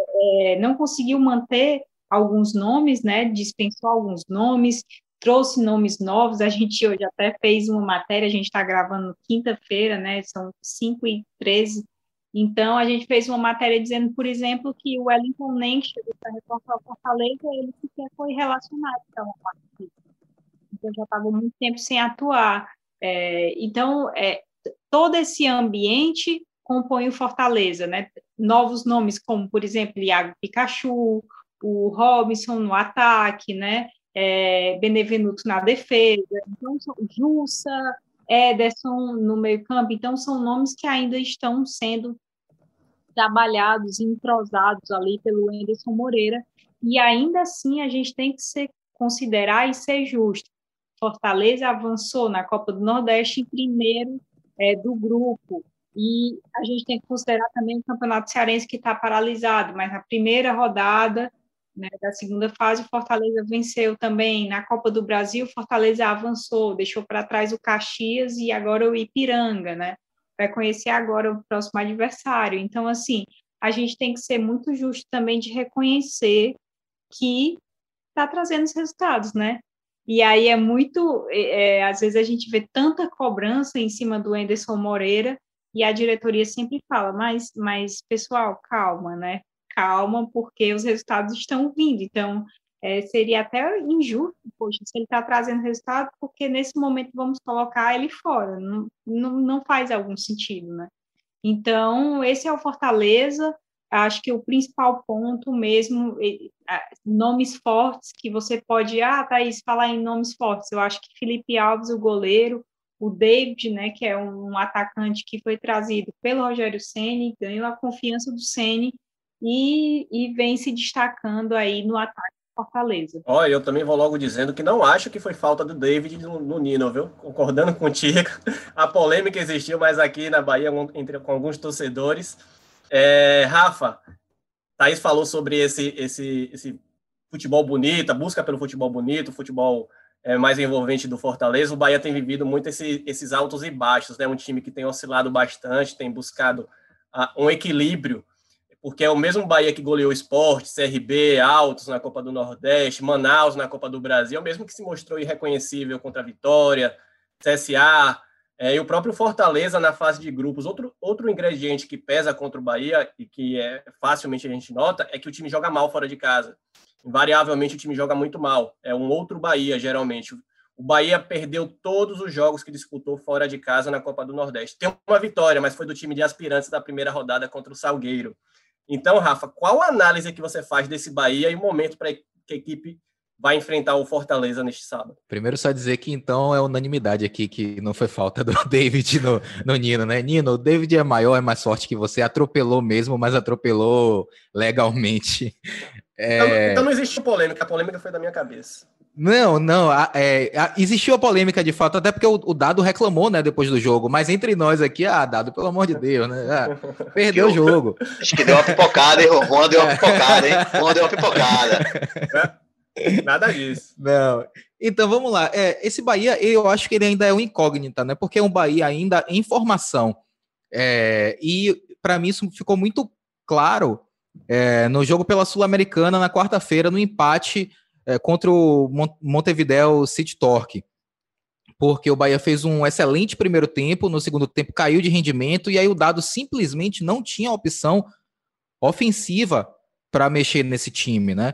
é, não conseguiu manter alguns nomes, né? Dispensou alguns nomes, trouxe nomes novos. A gente hoje até fez uma matéria, a gente está gravando quinta-feira, né? São cinco e treze. Então, a gente fez uma matéria dizendo, por exemplo, que o Wellington nem chegou para reforçar o Fortaleza, ele sequer foi relacionado para uma partida. Então, já estava muito tempo sem atuar. É, então, é, todo esse ambiente compõe o Fortaleza, né? Novos nomes como, por exemplo, Iago Pikachu, o Robinson no ataque, né? É, Benevenuto na defesa, então, Jussa, Ederson no meio campo. Então, são nomes que ainda estão sendo trabalhados e entrosados ali pelo Wenderson Moreira, e ainda assim a gente tem que ser, considerar e ser justo. Fortaleza avançou na Copa do Nordeste em primeiro é, do grupo, e a gente tem que considerar também o Campeonato Cearense, que está paralisado, mas na primeira rodada, né, da segunda fase, o Fortaleza venceu também. Na Copa do Brasil, o Fortaleza avançou, deixou para trás o Caxias e agora o Ipiranga, né? Vai conhecer agora o próximo adversário. Então, assim, a gente tem que ser muito justo também de reconhecer que está trazendo os resultados, né? E aí é muito, é, às vezes a gente vê tanta cobrança em cima do Wenderson Moreira e a diretoria sempre fala, mas, mas pessoal, calma, né? Calma, porque os resultados estão vindo. Então, é, seria até injusto, poxa, se ele está trazendo resultado, porque nesse momento vamos colocar ele fora. Não, não, não faz algum sentido, né? Então, esse é o Fortaleza. Acho que o principal ponto mesmo, nomes fortes que você pode, ah, Thaís, falar em nomes fortes. Eu acho que Felipe Alves, o goleiro, o David, né, que é um atacante que foi trazido pelo Rogério Ceni, ganhou a confiança do Ceni e, e vem se destacando aí no ataque do Fortaleza. Olha, eu também vou logo dizendo que não acho que foi falta do David no, no Nino, viu? Concordando contigo, a polêmica existiu mais aqui na Bahia entre, com alguns torcedores. É, Rafa, Thaís falou sobre esse, esse, esse futebol bonito, a busca pelo futebol bonito, futebol é, mais envolvente do Fortaleza. O Bahia tem vivido muito esse, esses altos e baixos, né? Um time que tem oscilado bastante, tem buscado uh, um equilíbrio, porque é o mesmo Bahia que goleou o Sport, C R B, Altos na Copa do Nordeste, Manaus na Copa do Brasil, é o mesmo que se mostrou irreconhecível contra a Vitória, C S A, é, e o próprio Fortaleza na fase de grupos. Outro, outro ingrediente que pesa contra o Bahia e que é, facilmente a gente nota é que o time joga mal fora de casa. Invariavelmente o time joga muito mal. É um outro Bahia, geralmente. O Bahia perdeu todos os jogos que disputou fora de casa na Copa do Nordeste. Tem uma vitória, mas foi do time de aspirantes da primeira rodada contra o Salgueiro. Então, Rafa, qual a análise que você faz desse Bahia e o momento para que a equipe vai enfrentar o Fortaleza neste sábado. Primeiro só dizer que então é unanimidade aqui que não foi falta do David no, no Nino, né? Nino, o David é maior, é mais forte que você, atropelou mesmo, mas atropelou legalmente. É... Então, então não existe polêmica, a polêmica foi da minha cabeça. Não, não, a, é, a, existiu a polêmica de fato, até porque o, o Dado reclamou, né, depois do jogo, mas entre nós aqui, ah, Dado, pelo amor de Deus, né, ah, perdeu o jogo. Acho que deu uma pipocada, hein, Juan deu uma pipocada, hein, Juan deu uma pipocada. Nada disso. Não, então vamos lá, é, esse Bahia, eu acho que ele ainda é um incógnita, né, porque é um Bahia ainda em formação, é, e para mim isso ficou muito claro é, no jogo pela Sul-Americana, na quarta-feira, no empate É, contra o Montevideo City Torque, porque o Bahia fez um excelente primeiro tempo, no segundo tempo caiu de rendimento, e aí o Dado simplesmente não tinha opção ofensiva para mexer nesse time, né?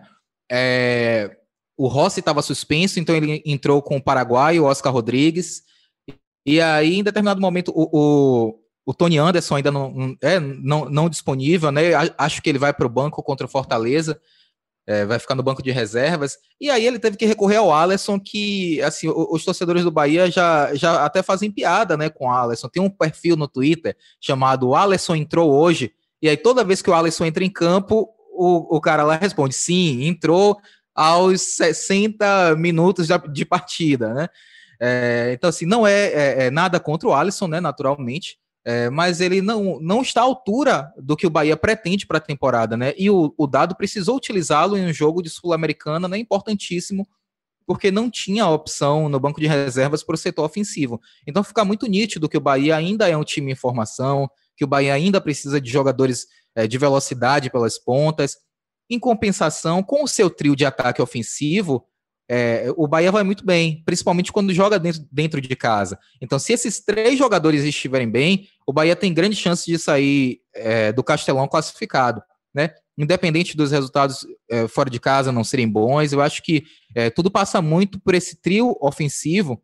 É, o Rossi estava suspenso, então ele entrou com o paraguaio, o Oscar Rodrigues, e aí em determinado momento o, o, o Tony Anderson ainda não é não, não disponível, né? Acho que ele vai para o banco contra o Fortaleza. É, vai ficar no banco de reservas, e aí ele teve que recorrer ao Alisson, que assim, os torcedores do Bahia já, já até fazem piada, né, com o Alisson. Tem um perfil no Twitter chamado Alisson entrou hoje, e aí toda vez que o Alisson entra em campo, o, o cara lá responde, sim, entrou aos sessenta minutos de partida, né? É, então assim, não é, é, é nada contra o Alisson, né, naturalmente, É, mas ele não, não está à altura do que o Bahia pretende para a temporada, né? E o, o Dado precisou utilizá-lo em um jogo de Sul-Americana, né? Importantíssimo, porque não tinha opção no banco de reservas para o setor ofensivo. Então fica muito nítido que o Bahia ainda é um time em formação, que o Bahia ainda precisa de jogadores é, de velocidade pelas pontas. Em compensação, com o seu trio de ataque ofensivo, É, o Bahia vai muito bem, principalmente quando joga dentro, dentro de casa. Então, se esses três jogadores estiverem bem, o Bahia tem grande chance de sair é, do Castelão classificado, né? Independente dos resultados é, fora de casa não serem bons, eu acho que é, tudo passa muito por esse trio ofensivo.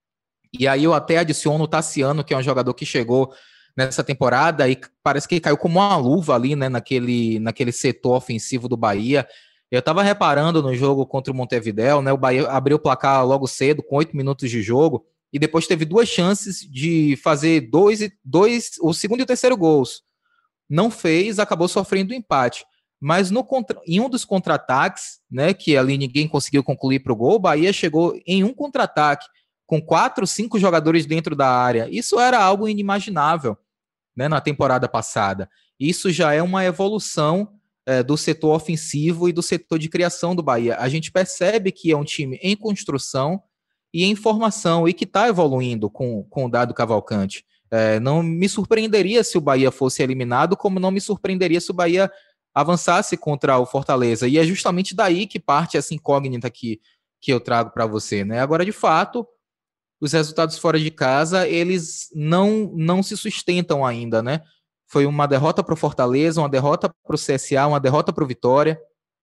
E aí eu até adiciono o Tassiano, que é um jogador que chegou nessa temporada e parece que caiu como uma luva ali, né, naquele, naquele setor ofensivo do Bahia. Eu estava reparando no jogo contra o Montevideo, né? O Bahia abriu o placar logo cedo, com oito minutos de jogo, e depois teve duas chances de fazer dois, dois o segundo e o terceiro gols. Não fez, acabou sofrendo o empate. Mas no contra, em um dos contra-ataques, né, que ali ninguém conseguiu concluir para o gol, o Bahia chegou em um contra-ataque, com quatro, cinco jogadores dentro da área. Isso era algo inimaginável, né, na temporada passada. Isso já é uma evolução É, do setor ofensivo e do setor de criação do Bahia. A gente percebe que é um time em construção e em formação e que está evoluindo com, com o Dado Cavalcante. É, não me surpreenderia se o Bahia fosse eliminado, como não me surpreenderia se o Bahia avançasse contra o Fortaleza. E é justamente daí que parte essa incógnita que, que eu trago para você, né? Agora, de fato, os resultados fora de casa, eles não, não se sustentam ainda, né? Foi uma derrota para o Fortaleza, uma derrota para o C S A, uma derrota para o Vitória.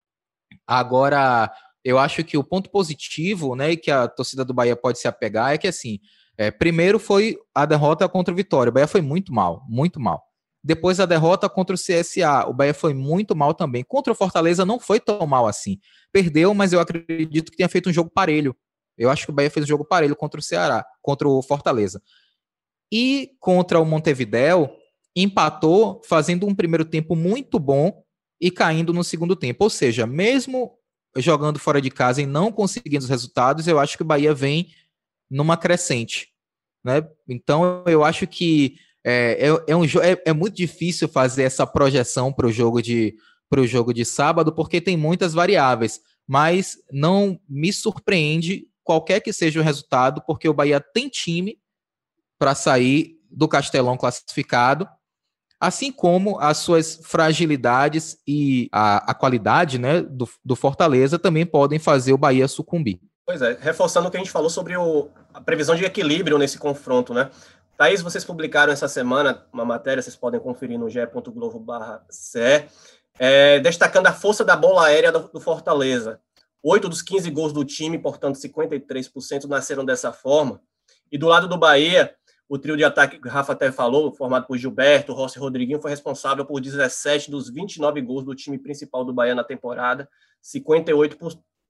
Agora, eu acho que o ponto positivo, né, que a torcida do Bahia pode se apegar é que, assim, é, primeiro foi a derrota contra o Vitória. O Bahia foi muito mal, muito mal. Depois a derrota contra o C S A. O Bahia foi muito mal também. Contra o Fortaleza não foi tão mal assim. Perdeu, mas eu acredito que tenha feito um jogo parelho. Eu acho que o Bahia fez um jogo parelho contra o Ceará, contra o Fortaleza. E contra o Montevideo, empatou fazendo um primeiro tempo muito bom e caindo no segundo tempo. Ou seja, mesmo jogando fora de casa e não conseguindo os resultados, eu acho que o Bahia vem numa crescente, né? Então eu acho que é, é, é, um, é, é muito difícil fazer essa projeção para o jogo de para o jogo de sábado, porque tem muitas variáveis, mas não me surpreende qualquer que seja o resultado, porque o Bahia tem time para sair do Castelão classificado, assim como as suas fragilidades e a, a qualidade, né, do, do Fortaleza também podem fazer o Bahia sucumbir. Pois é, reforçando o que a gente falou sobre o, a previsão de equilíbrio nesse confronto, né? Thaís, vocês publicaram essa semana uma matéria, vocês podem conferir no ge ponto globo barra ce, é, destacando a força da bola aérea do, do Fortaleza. Oito dos quinze gols do time, portanto cinquenta e três por cento, nasceram dessa forma. E do lado do Bahia, o trio de ataque que o Rafa até falou, formado por Gilberto, Rossi e Rodriguinho, foi responsável por dezessete dos vinte e nove gols do time principal do Bahia na temporada, cinquenta e oito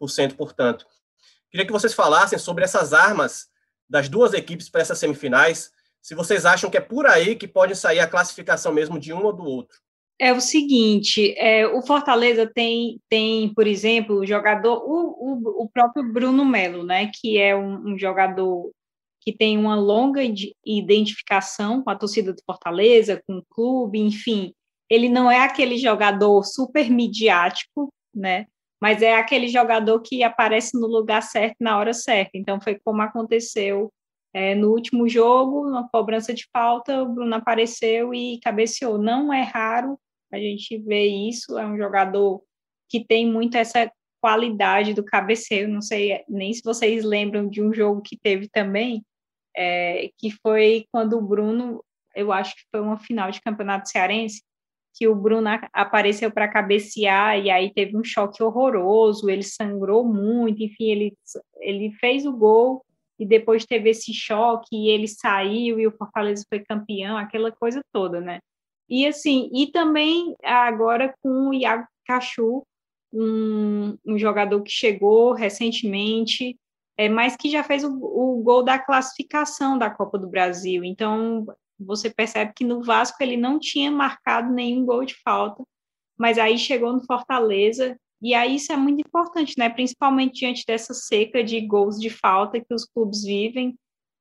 por cento, portanto. Queria que vocês falassem sobre essas armas das duas equipes para essas semifinais, se vocês acham que é por aí que pode sair a classificação mesmo de um ou do outro. É o seguinte, é, o Fortaleza tem, tem, por exemplo, o jogador, o, o, o próprio Bruno Melo, né, que é um, um jogador que tem uma longa identificação com a torcida do Fortaleza, com o clube, enfim. Ele não é aquele jogador super midiático, né, mas é aquele jogador que aparece no lugar certo, na hora certa. Então, foi como aconteceu é, no último jogo, na cobrança de falta, o Bruno apareceu e cabeceou. Não é raro a gente vê isso, é um jogador que tem muito essa qualidade do cabeceio. Não sei nem se vocês lembram de um jogo que teve também, é, que foi quando o Bruno, eu acho que foi uma final de campeonato cearense, que o Bruno apareceu para cabecear e aí teve um choque horroroso, ele sangrou muito, enfim, ele, ele fez o gol e depois teve esse choque e ele saiu e o Fortaleza foi campeão, aquela coisa toda, né? E assim, e também agora com o Iago Cachu, um, um jogador que chegou recentemente, é, mas que já fez o, o gol da classificação da Copa do Brasil. Então, você percebe que no Vasco ele não tinha marcado nenhum gol de falta, mas aí chegou no Fortaleza, e aí isso é muito importante, né? Principalmente diante dessa seca de gols de falta que os clubes vivem.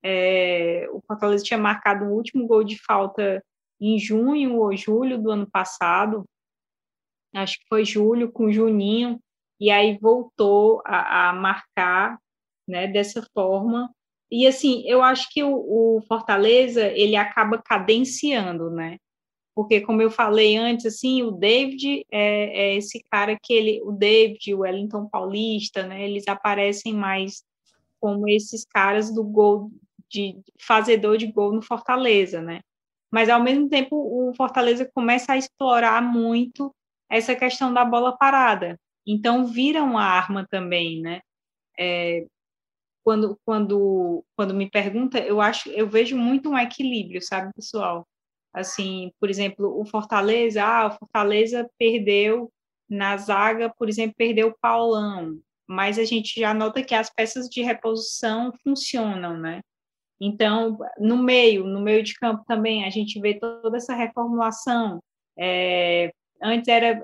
É, o Fortaleza tinha marcado o último gol de falta em junho ou julho do ano passado, acho que foi julho, com o Juninho, e aí voltou a, a marcar, né, dessa forma. E, assim, eu acho que o, o Fortaleza, ele acaba cadenciando, né? Porque, como eu falei antes, assim, o David é, é esse cara que ele... O David, o Wellington Paulista, né? Eles aparecem mais como esses caras do gol, de fazedor de gol no Fortaleza, né? Mas, ao mesmo tempo, o Fortaleza começa a explorar muito essa questão da bola parada. Então, vira uma arma também, né? É, quando, quando, quando me pergunta, eu acho, eu vejo muito um equilíbrio, sabe, pessoal? Assim, por exemplo, o Fortaleza, ah, o Fortaleza perdeu na zaga, por exemplo, perdeu o Paulão, mas a gente já nota que as peças de reposição funcionam, né? Então, no meio, no meio de campo também, a gente vê toda essa reformulação. É, antes era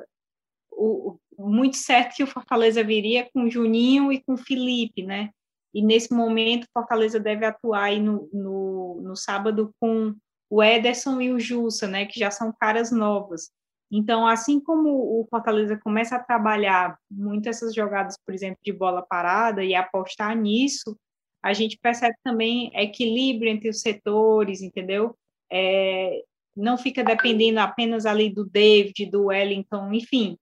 o, muito certo que o Fortaleza viria com o Juninho e com o Felipe, né? E nesse momento, o Fortaleza deve atuar aí no, no, no sábado com o Ederson e o Jussa, né? Que já são caras novas. Então, assim como o Fortaleza começa a trabalhar muito essas jogadas, por exemplo, de bola parada e apostar nisso, a gente percebe também equilíbrio entre os setores, entendeu? É, não fica dependendo apenas ali do David, do Wellington, enfim,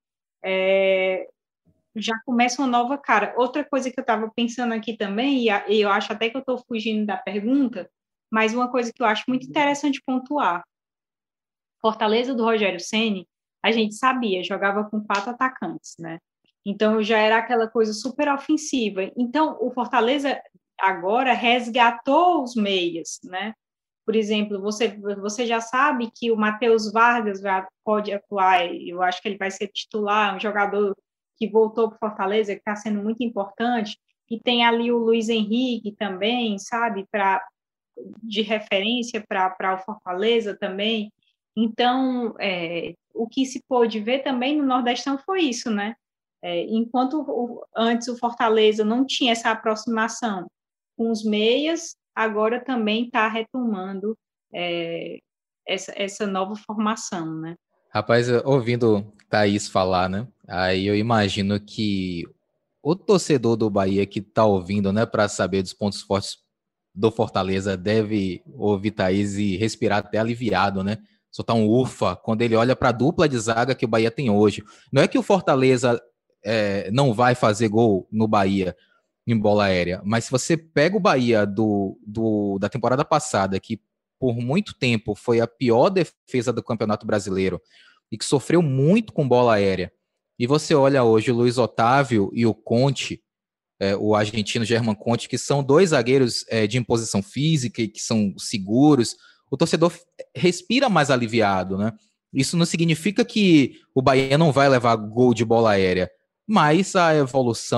é, já começa uma nova cara. Outra coisa que eu estava pensando aqui também, e eu acho até que eu estou fugindo da pergunta, mas uma coisa que eu acho muito interessante pontuar, Fortaleza do Rogério Ceni, a gente sabia, jogava com quatro atacantes, né? Então, já era aquela coisa super ofensiva. Então, o Fortaleza agora resgatou os meias, né? Por exemplo, você, você já sabe que o Matheus Vargas vai, pode atuar, eu acho que ele vai ser titular, um jogador que voltou para o Fortaleza, que está sendo muito importante, e tem ali o Luiz Henrique também, sabe, pra, de referência para o Fortaleza também. Então, é, o que se pôde ver também no Nordestão foi isso, né? É, enquanto o, antes o Fortaleza não tinha essa aproximação com os meias, agora também está retomando é, essa, essa nova formação, né? Rapaz, ouvindo Thaís falar, né? Aí eu imagino que o torcedor do Bahia que está ouvindo, né, para saber dos pontos fortes do Fortaleza, deve ouvir Thaís e respirar até aliviado, né? Soltar um ufa quando ele olha para a dupla de zaga que o Bahia tem hoje. Não é que o Fortaleza é, não vai fazer gol no Bahia em bola aérea, mas se você pega o Bahia do, do, da temporada passada, que por muito tempo foi a pior defesa do Campeonato Brasileiro e que sofreu muito com bola aérea, e você olha hoje o Luiz Otávio e o Conte, é, o argentino Germán Conte, que são dois zagueiros é, de imposição física e que são seguros, o torcedor respira mais aliviado, né? Isso não significa que o Bahia não vai levar gol de bola aérea, mas a evolução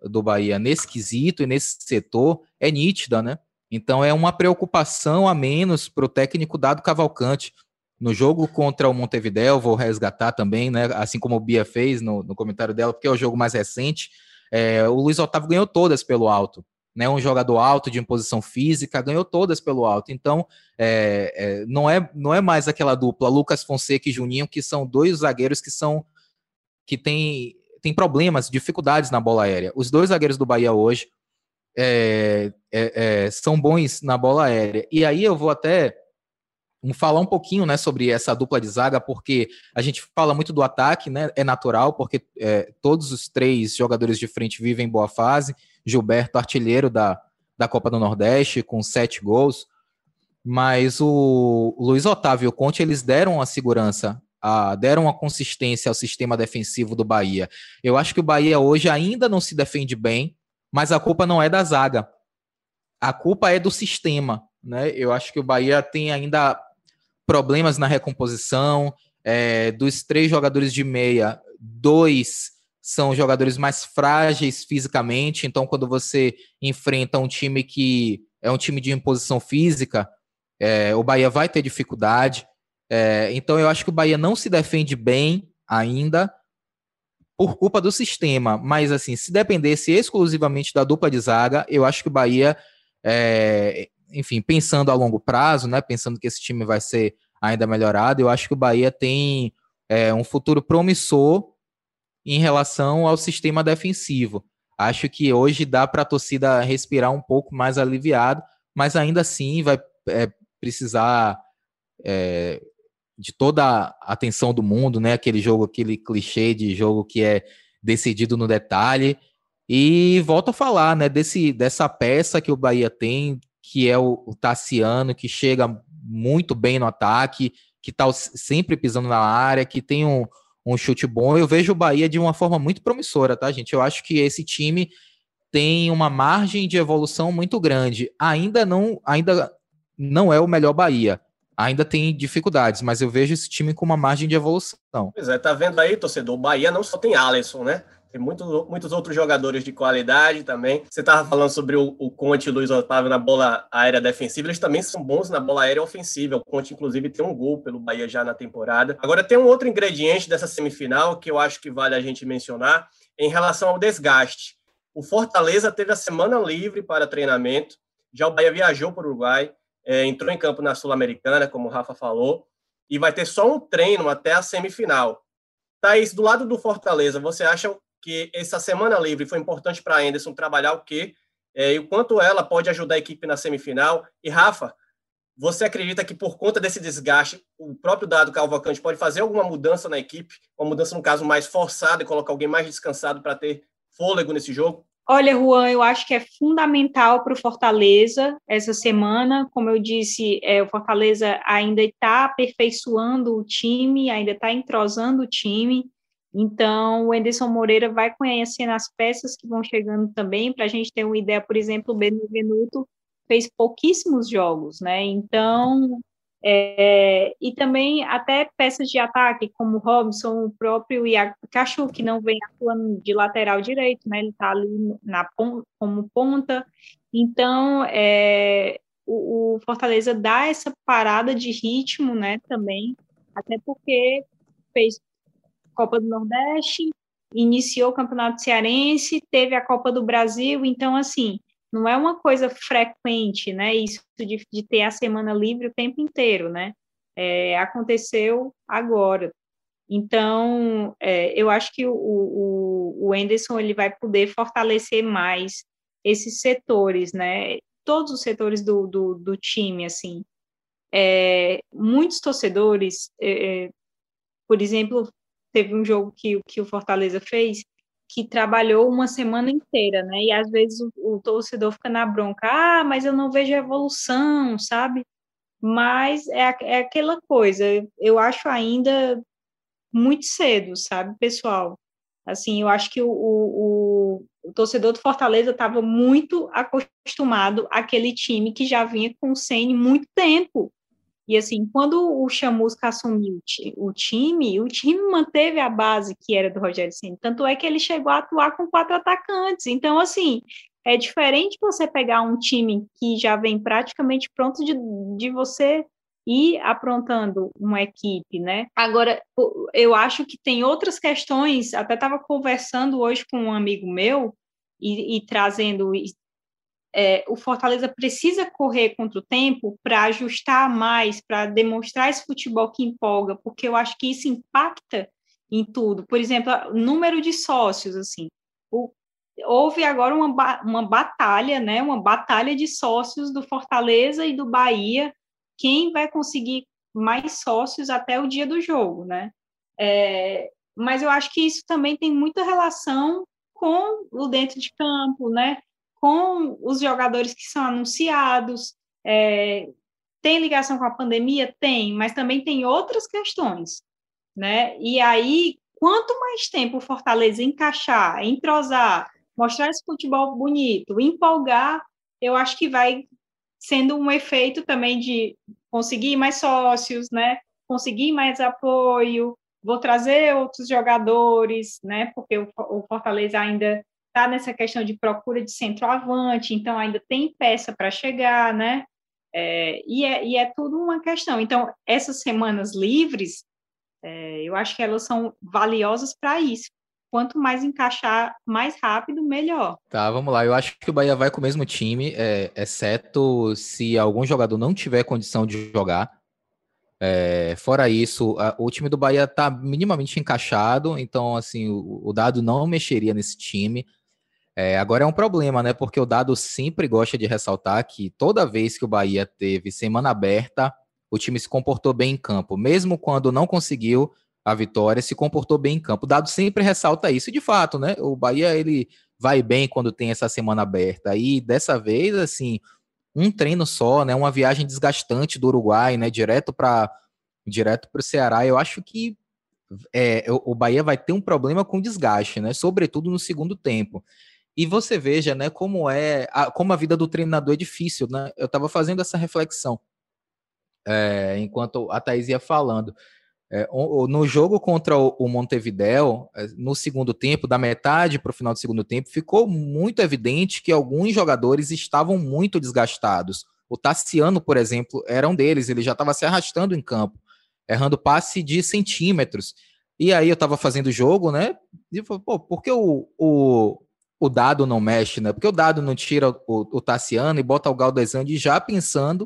do Bahia nesse quesito e nesse setor é nítida, né? Então é uma preocupação a menos para o técnico Dado Cavalcante. No jogo contra o Montevidéu, vou resgatar também, né? Assim como o Bia fez no, no comentário dela, porque é o jogo mais recente, é, o Luiz Otávio ganhou todas pelo alto. Né, um jogador alto de imposição física, ganhou todas pelo alto. Então, é, é, não, é, não é mais aquela dupla Lucas Fonseca e Juninho, que são dois zagueiros que são que têm tem problemas, dificuldades na bola aérea. Os dois zagueiros do Bahia hoje é, é, é, são bons na bola aérea. E aí eu vou até falar um pouquinho, né, sobre essa dupla de zaga, porque a gente fala muito do ataque, né, é natural, porque é, todos os três jogadores de frente vivem em boa fase. Gilberto, artilheiro da, da Copa do Nordeste, com sete gols, mas o, o Luiz Otávio e o Conte, eles deram a segurança, a, deram a consistência ao sistema defensivo do Bahia. Eu acho que o Bahia hoje ainda não se defende bem, mas a culpa não é da zaga, a culpa é do sistema, né? Eu acho que o Bahia tem ainda problemas na recomposição, é, dos três jogadores de meia, dois são jogadores mais frágeis fisicamente, então quando você enfrenta um time que é um time de imposição física, é, o Bahia vai ter dificuldade. É, então eu acho que o Bahia não se defende bem ainda por culpa do sistema, mas assim, se dependesse exclusivamente da dupla de zaga, eu acho que o Bahia, é, enfim, pensando a longo prazo, né, pensando que esse time vai ser ainda melhorado, eu acho que o Bahia tem é, um futuro promissor em relação ao sistema defensivo. Acho que hoje dá para a torcida respirar um pouco mais aliviado, mas ainda assim vai é, precisar é, de toda a atenção do mundo, né? Aquele jogo, aquele clichê de jogo que é decidido no detalhe. E volto a falar, né, desse, dessa peça que o Bahia tem, que é o, o Tassiano, que chega muito bem no ataque, que está sempre pisando na área, que tem um um chute bom. Eu vejo o Bahia de uma forma muito promissora, tá, gente? Eu acho que esse time tem uma margem de evolução muito grande. Ainda não, ainda não é o melhor Bahia. Ainda tem dificuldades, mas eu vejo esse time com uma margem de evolução. Pois é, tá vendo aí, torcedor? O Bahia não só tem Alisson, né? Tem muito, muitos outros jogadores de qualidade também. Você estava falando sobre o, o Conte e o Luiz Otávio na bola aérea defensiva. Eles também são bons na bola aérea ofensiva. O Conte, inclusive, tem um gol pelo Bahia já na temporada. Agora, tem um outro ingrediente dessa semifinal que eu acho que vale a gente mencionar em relação ao desgaste. O Fortaleza teve a semana livre para treinamento. Já o Bahia viajou para o Uruguai, é, entrou em campo na Sul-Americana, como o Rafa falou, e vai ter só um treino até a semifinal. Thaís, do lado do Fortaleza, você acha que essa semana livre foi importante para a Anderson trabalhar o quê? É, e o quanto ela pode ajudar a equipe na semifinal? E, Rafa, você acredita que por conta desse desgaste, o próprio Dado Cavalcante pode fazer alguma mudança na equipe? Uma mudança, no caso, mais forçada e colocar alguém mais descansado para ter fôlego nesse jogo? Olha, Juan, eu acho que é fundamental para o Fortaleza essa semana. Como eu disse, é, o Fortaleza ainda está aperfeiçoando o time, ainda está entrosando o time. Então, o Anderson Moreira vai conhecendo as peças que vão chegando também. Para a gente ter uma ideia, por exemplo, o Benevenuto fez pouquíssimos jogos, né? Então, é, e também até peças de ataque, como o Robson, o próprio Iago Pikachu, que não vem atuando de lateral direito, né? Ele está ali na, como ponta. Então, é, o, o Fortaleza dá essa parada de ritmo, né? Também, até porque fez Copa do Nordeste, iniciou o Campeonato Cearense, teve a Copa do Brasil, então, assim, não é uma coisa frequente, né, isso de, de ter a semana livre o tempo inteiro, né, é, aconteceu agora. Então, é, eu acho que o, o, o Anderson, ele vai poder fortalecer mais esses setores, né, todos os setores do, do, do time, assim. É, muitos torcedores, é, por exemplo, teve um jogo que, que o Fortaleza fez, que trabalhou uma semana inteira, né? E às vezes o, o torcedor fica na bronca, ah, mas eu não vejo evolução, sabe? Mas é, é aquela coisa, eu acho ainda muito cedo, sabe, pessoal? Assim, eu acho que o, o, o torcedor do Fortaleza estava muito acostumado àquele time que já vinha com o Ceni muito tempo. E assim, quando o Chamusca assumiu o time, o time manteve a base que era do Rogério Ceni, tanto é que ele chegou a atuar com quatro atacantes. Então, assim, é diferente você pegar um time que já vem praticamente pronto de, de você ir aprontando uma equipe, né? Agora, eu acho que tem outras questões, até estava conversando hoje com um amigo meu e, e trazendo... É, o Fortaleza precisa correr contra o tempo para ajustar mais, para demonstrar esse futebol que empolga, porque eu acho que isso impacta em tudo. Por exemplo, o número de sócios, assim. O, houve agora uma, uma batalha, né, uma batalha de sócios do Fortaleza e do Bahia, quem vai conseguir mais sócios até o dia do jogo, né? É, mas eu acho que isso também tem muita relação com o dentro de campo, né? Com os jogadores que são anunciados, é, tem ligação com a pandemia? Tem, mas também tem outras questões, né? E aí, quanto mais tempo o Fortaleza encaixar, entrosar, mostrar esse futebol bonito, empolgar, eu acho que vai sendo um efeito também de conseguir mais sócios, né? Conseguir mais apoio, vou trazer outros jogadores, né? Porque o, o Fortaleza ainda está nessa questão de procura de centroavante, então ainda tem peça para chegar, né? É, e, é, e é tudo uma questão. Então, essas semanas livres, é, eu acho que elas são valiosas para isso. Quanto mais encaixar mais rápido, melhor. Tá, vamos lá. Eu acho que o Bahia vai com o mesmo time, é, exceto se algum jogador não tiver condição de jogar. É, fora isso, a, o time do Bahia está minimamente encaixado, então, assim, o, o Dado não mexeria nesse time. É, agora é um problema, né? Porque o Dado sempre gosta de ressaltar que toda vez que o Bahia teve semana aberta, o time se comportou bem em campo. Mesmo quando não conseguiu a vitória, se comportou bem em campo. O Dado sempre ressalta isso. E de fato, né? O Bahia, ele vai bem quando tem essa semana aberta. E dessa vez, assim, um treino só, né? Uma viagem desgastante do Uruguai, né? Direto para direto para o Ceará. Eu acho que é, o Bahia vai ter um problema com desgaste, né? Sobretudo no segundo tempo. E você veja, né, como é, a, como a vida do treinador é difícil, né? Eu estava fazendo essa reflexão é, enquanto a Thaís ia falando. É, o, o, no jogo contra o, o Montevidéu, é, no segundo tempo, da metade para o final do segundo tempo, ficou muito evidente que alguns jogadores estavam muito desgastados. O Tassiano, por exemplo, era um deles, ele já estava se arrastando em campo, errando passe de centímetros. E aí eu estava fazendo o jogo, né? E falei, pô, por que o, o o Dado não mexe, né? Porque o Dado não tira o, o Tassiano e bota o Galdesandi já pensando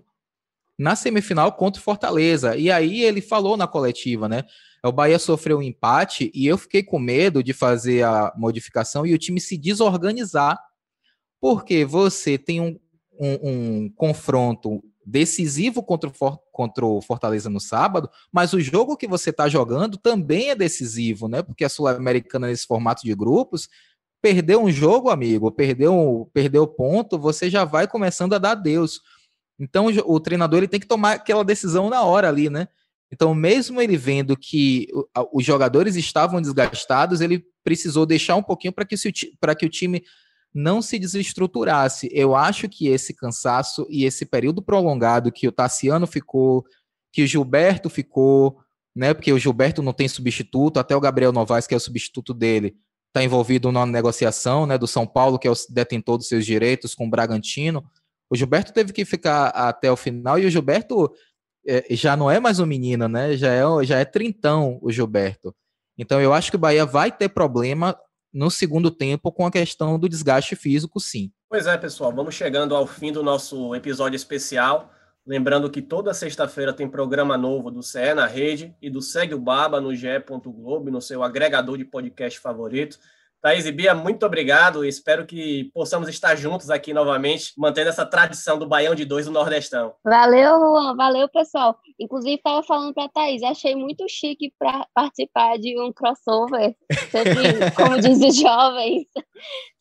na semifinal contra o Fortaleza. E aí ele falou na coletiva, né? O Bahia sofreu um empate e eu fiquei com medo de fazer a modificação e o time se desorganizar, porque você tem um, um, um confronto decisivo contra o, For, contra o Fortaleza no sábado, mas o jogo que você está jogando também é decisivo, né? Porque a Sul-Americana, nesse formato de grupos, perdeu um jogo, amigo, perdeu, perdeu ponto, você já vai começando a dar adeus. Então, o, o treinador ele tem que tomar aquela decisão na hora ali, né? Então, mesmo ele vendo que o, os jogadores estavam desgastados, ele precisou deixar um pouquinho para que, que o time não se desestruturasse. Eu acho que esse cansaço e esse período prolongado que o Tassiano ficou, que o Gilberto ficou, né? Porque o Gilberto não tem substituto, até o Gabriel Novaes, que é o substituto dele, está envolvido na negociação, né, do São Paulo, que é o detentor dos seus direitos, com o Bragantino. O Gilberto teve que ficar até o final, e o Gilberto é, já não é mais um menino, né, já é, já é trintão o Gilberto. Então eu acho que o Bahia vai ter problema no segundo tempo com a questão do desgaste físico, sim. Pois é, pessoal, vamos chegando ao fim do nosso episódio especial. Lembrando que toda sexta-feira tem programa novo do C E na Rede e do Segue o Baba no G E ponto Globo, no seu agregador de podcast favorito. Thaís e Bia, muito obrigado e espero que possamos estar juntos aqui novamente, mantendo essa tradição do Baião de Dois do Nordestão. Valeu, Juan, valeu, pessoal. Inclusive, estava falando para a Thaís, achei muito chique para participar de um crossover, sempre, como dizem os jovens,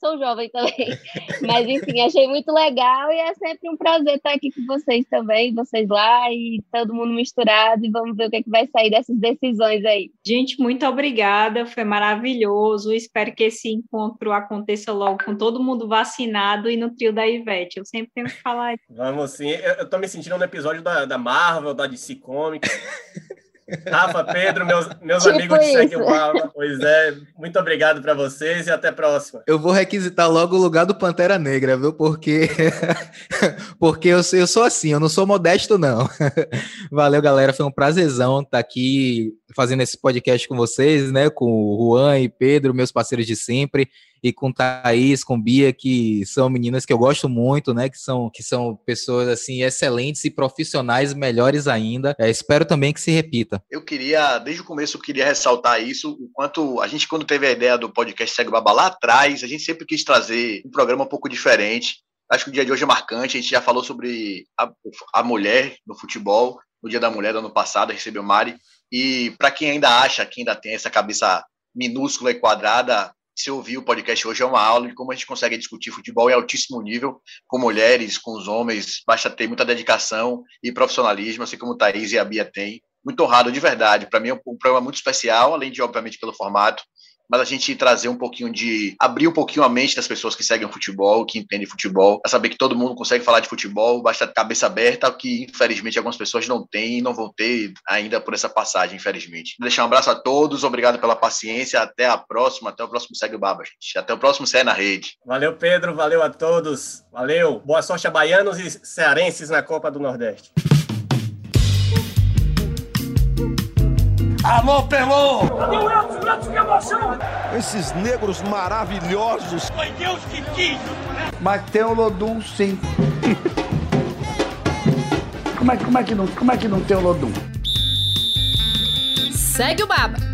sou jovem também. Mas, enfim, achei muito legal e é sempre um prazer estar aqui com vocês também, vocês lá e todo mundo misturado, e vamos ver o que, é que vai sair dessas decisões aí. Gente, muito obrigada, foi maravilhoso, espero que esse encontro aconteça logo com todo mundo vacinado e no trio da Ivete, eu sempre tenho que falar. Vamos sim, eu, eu tô me sentindo no episódio da, da Marvel, da D C Comics. Rafa, Pedro, meus, meus tipo amigos de isso. Segue o Baba. Pois é, muito obrigado para vocês e até a próxima. Eu vou requisitar logo o lugar do Pantera Negra, viu? Porque, Porque eu, eu sou assim, eu não sou modesto, não. Valeu, galera, foi um prazerzão estar aqui fazendo esse podcast com vocês, né? Com o Juan e Pedro, meus parceiros de sempre, e com Thaís, com Bia, que são meninas que eu gosto muito, né? Que são, que são pessoas, assim, excelentes e profissionais melhores ainda. É, espero também que se repita. Eu queria, desde o começo, eu queria ressaltar isso, o quanto a gente, quando teve a ideia do podcast Segue o Baba lá atrás, a gente sempre quis trazer um programa um pouco diferente. Acho que o dia de hoje é marcante, a gente já falou sobre a, a mulher no futebol, no Dia da Mulher do ano passado, recebeu Mari, e para quem ainda acha, quem ainda tem essa cabeça minúscula e quadrada, se ouvir o podcast hoje é uma aula de como a gente consegue discutir futebol em altíssimo nível, com mulheres, com os homens, basta ter muita dedicação e profissionalismo, assim como o Thaís e a Bia têm. Muito honrado, de verdade. Para mim é um programa muito especial, além de, obviamente, pelo formato, mas a gente trazer um pouquinho de... abrir um pouquinho a mente das pessoas que seguem o futebol, que entendem futebol, para saber que todo mundo consegue falar de futebol, basta cabeça aberta, o que, infelizmente, algumas pessoas não têm e não vão ter ainda por essa passagem, infelizmente. Vou deixar um abraço a todos, obrigado pela paciência, até a próxima, até o próximo Segue o Baba, gente. Até o próximo C E na Rede. Valeu, Pedro, valeu a todos, valeu. Boa sorte a baianos e cearenses na Copa do Nordeste. Alô, Pelô! Cadê o Elton? O Elton, que emoção! Esses negros maravilhosos. Foi Deus que quis, né? Mas tem o Lodum, sim. como, é, como, é que não, como é que não tem o Lodum? Segue o Baba.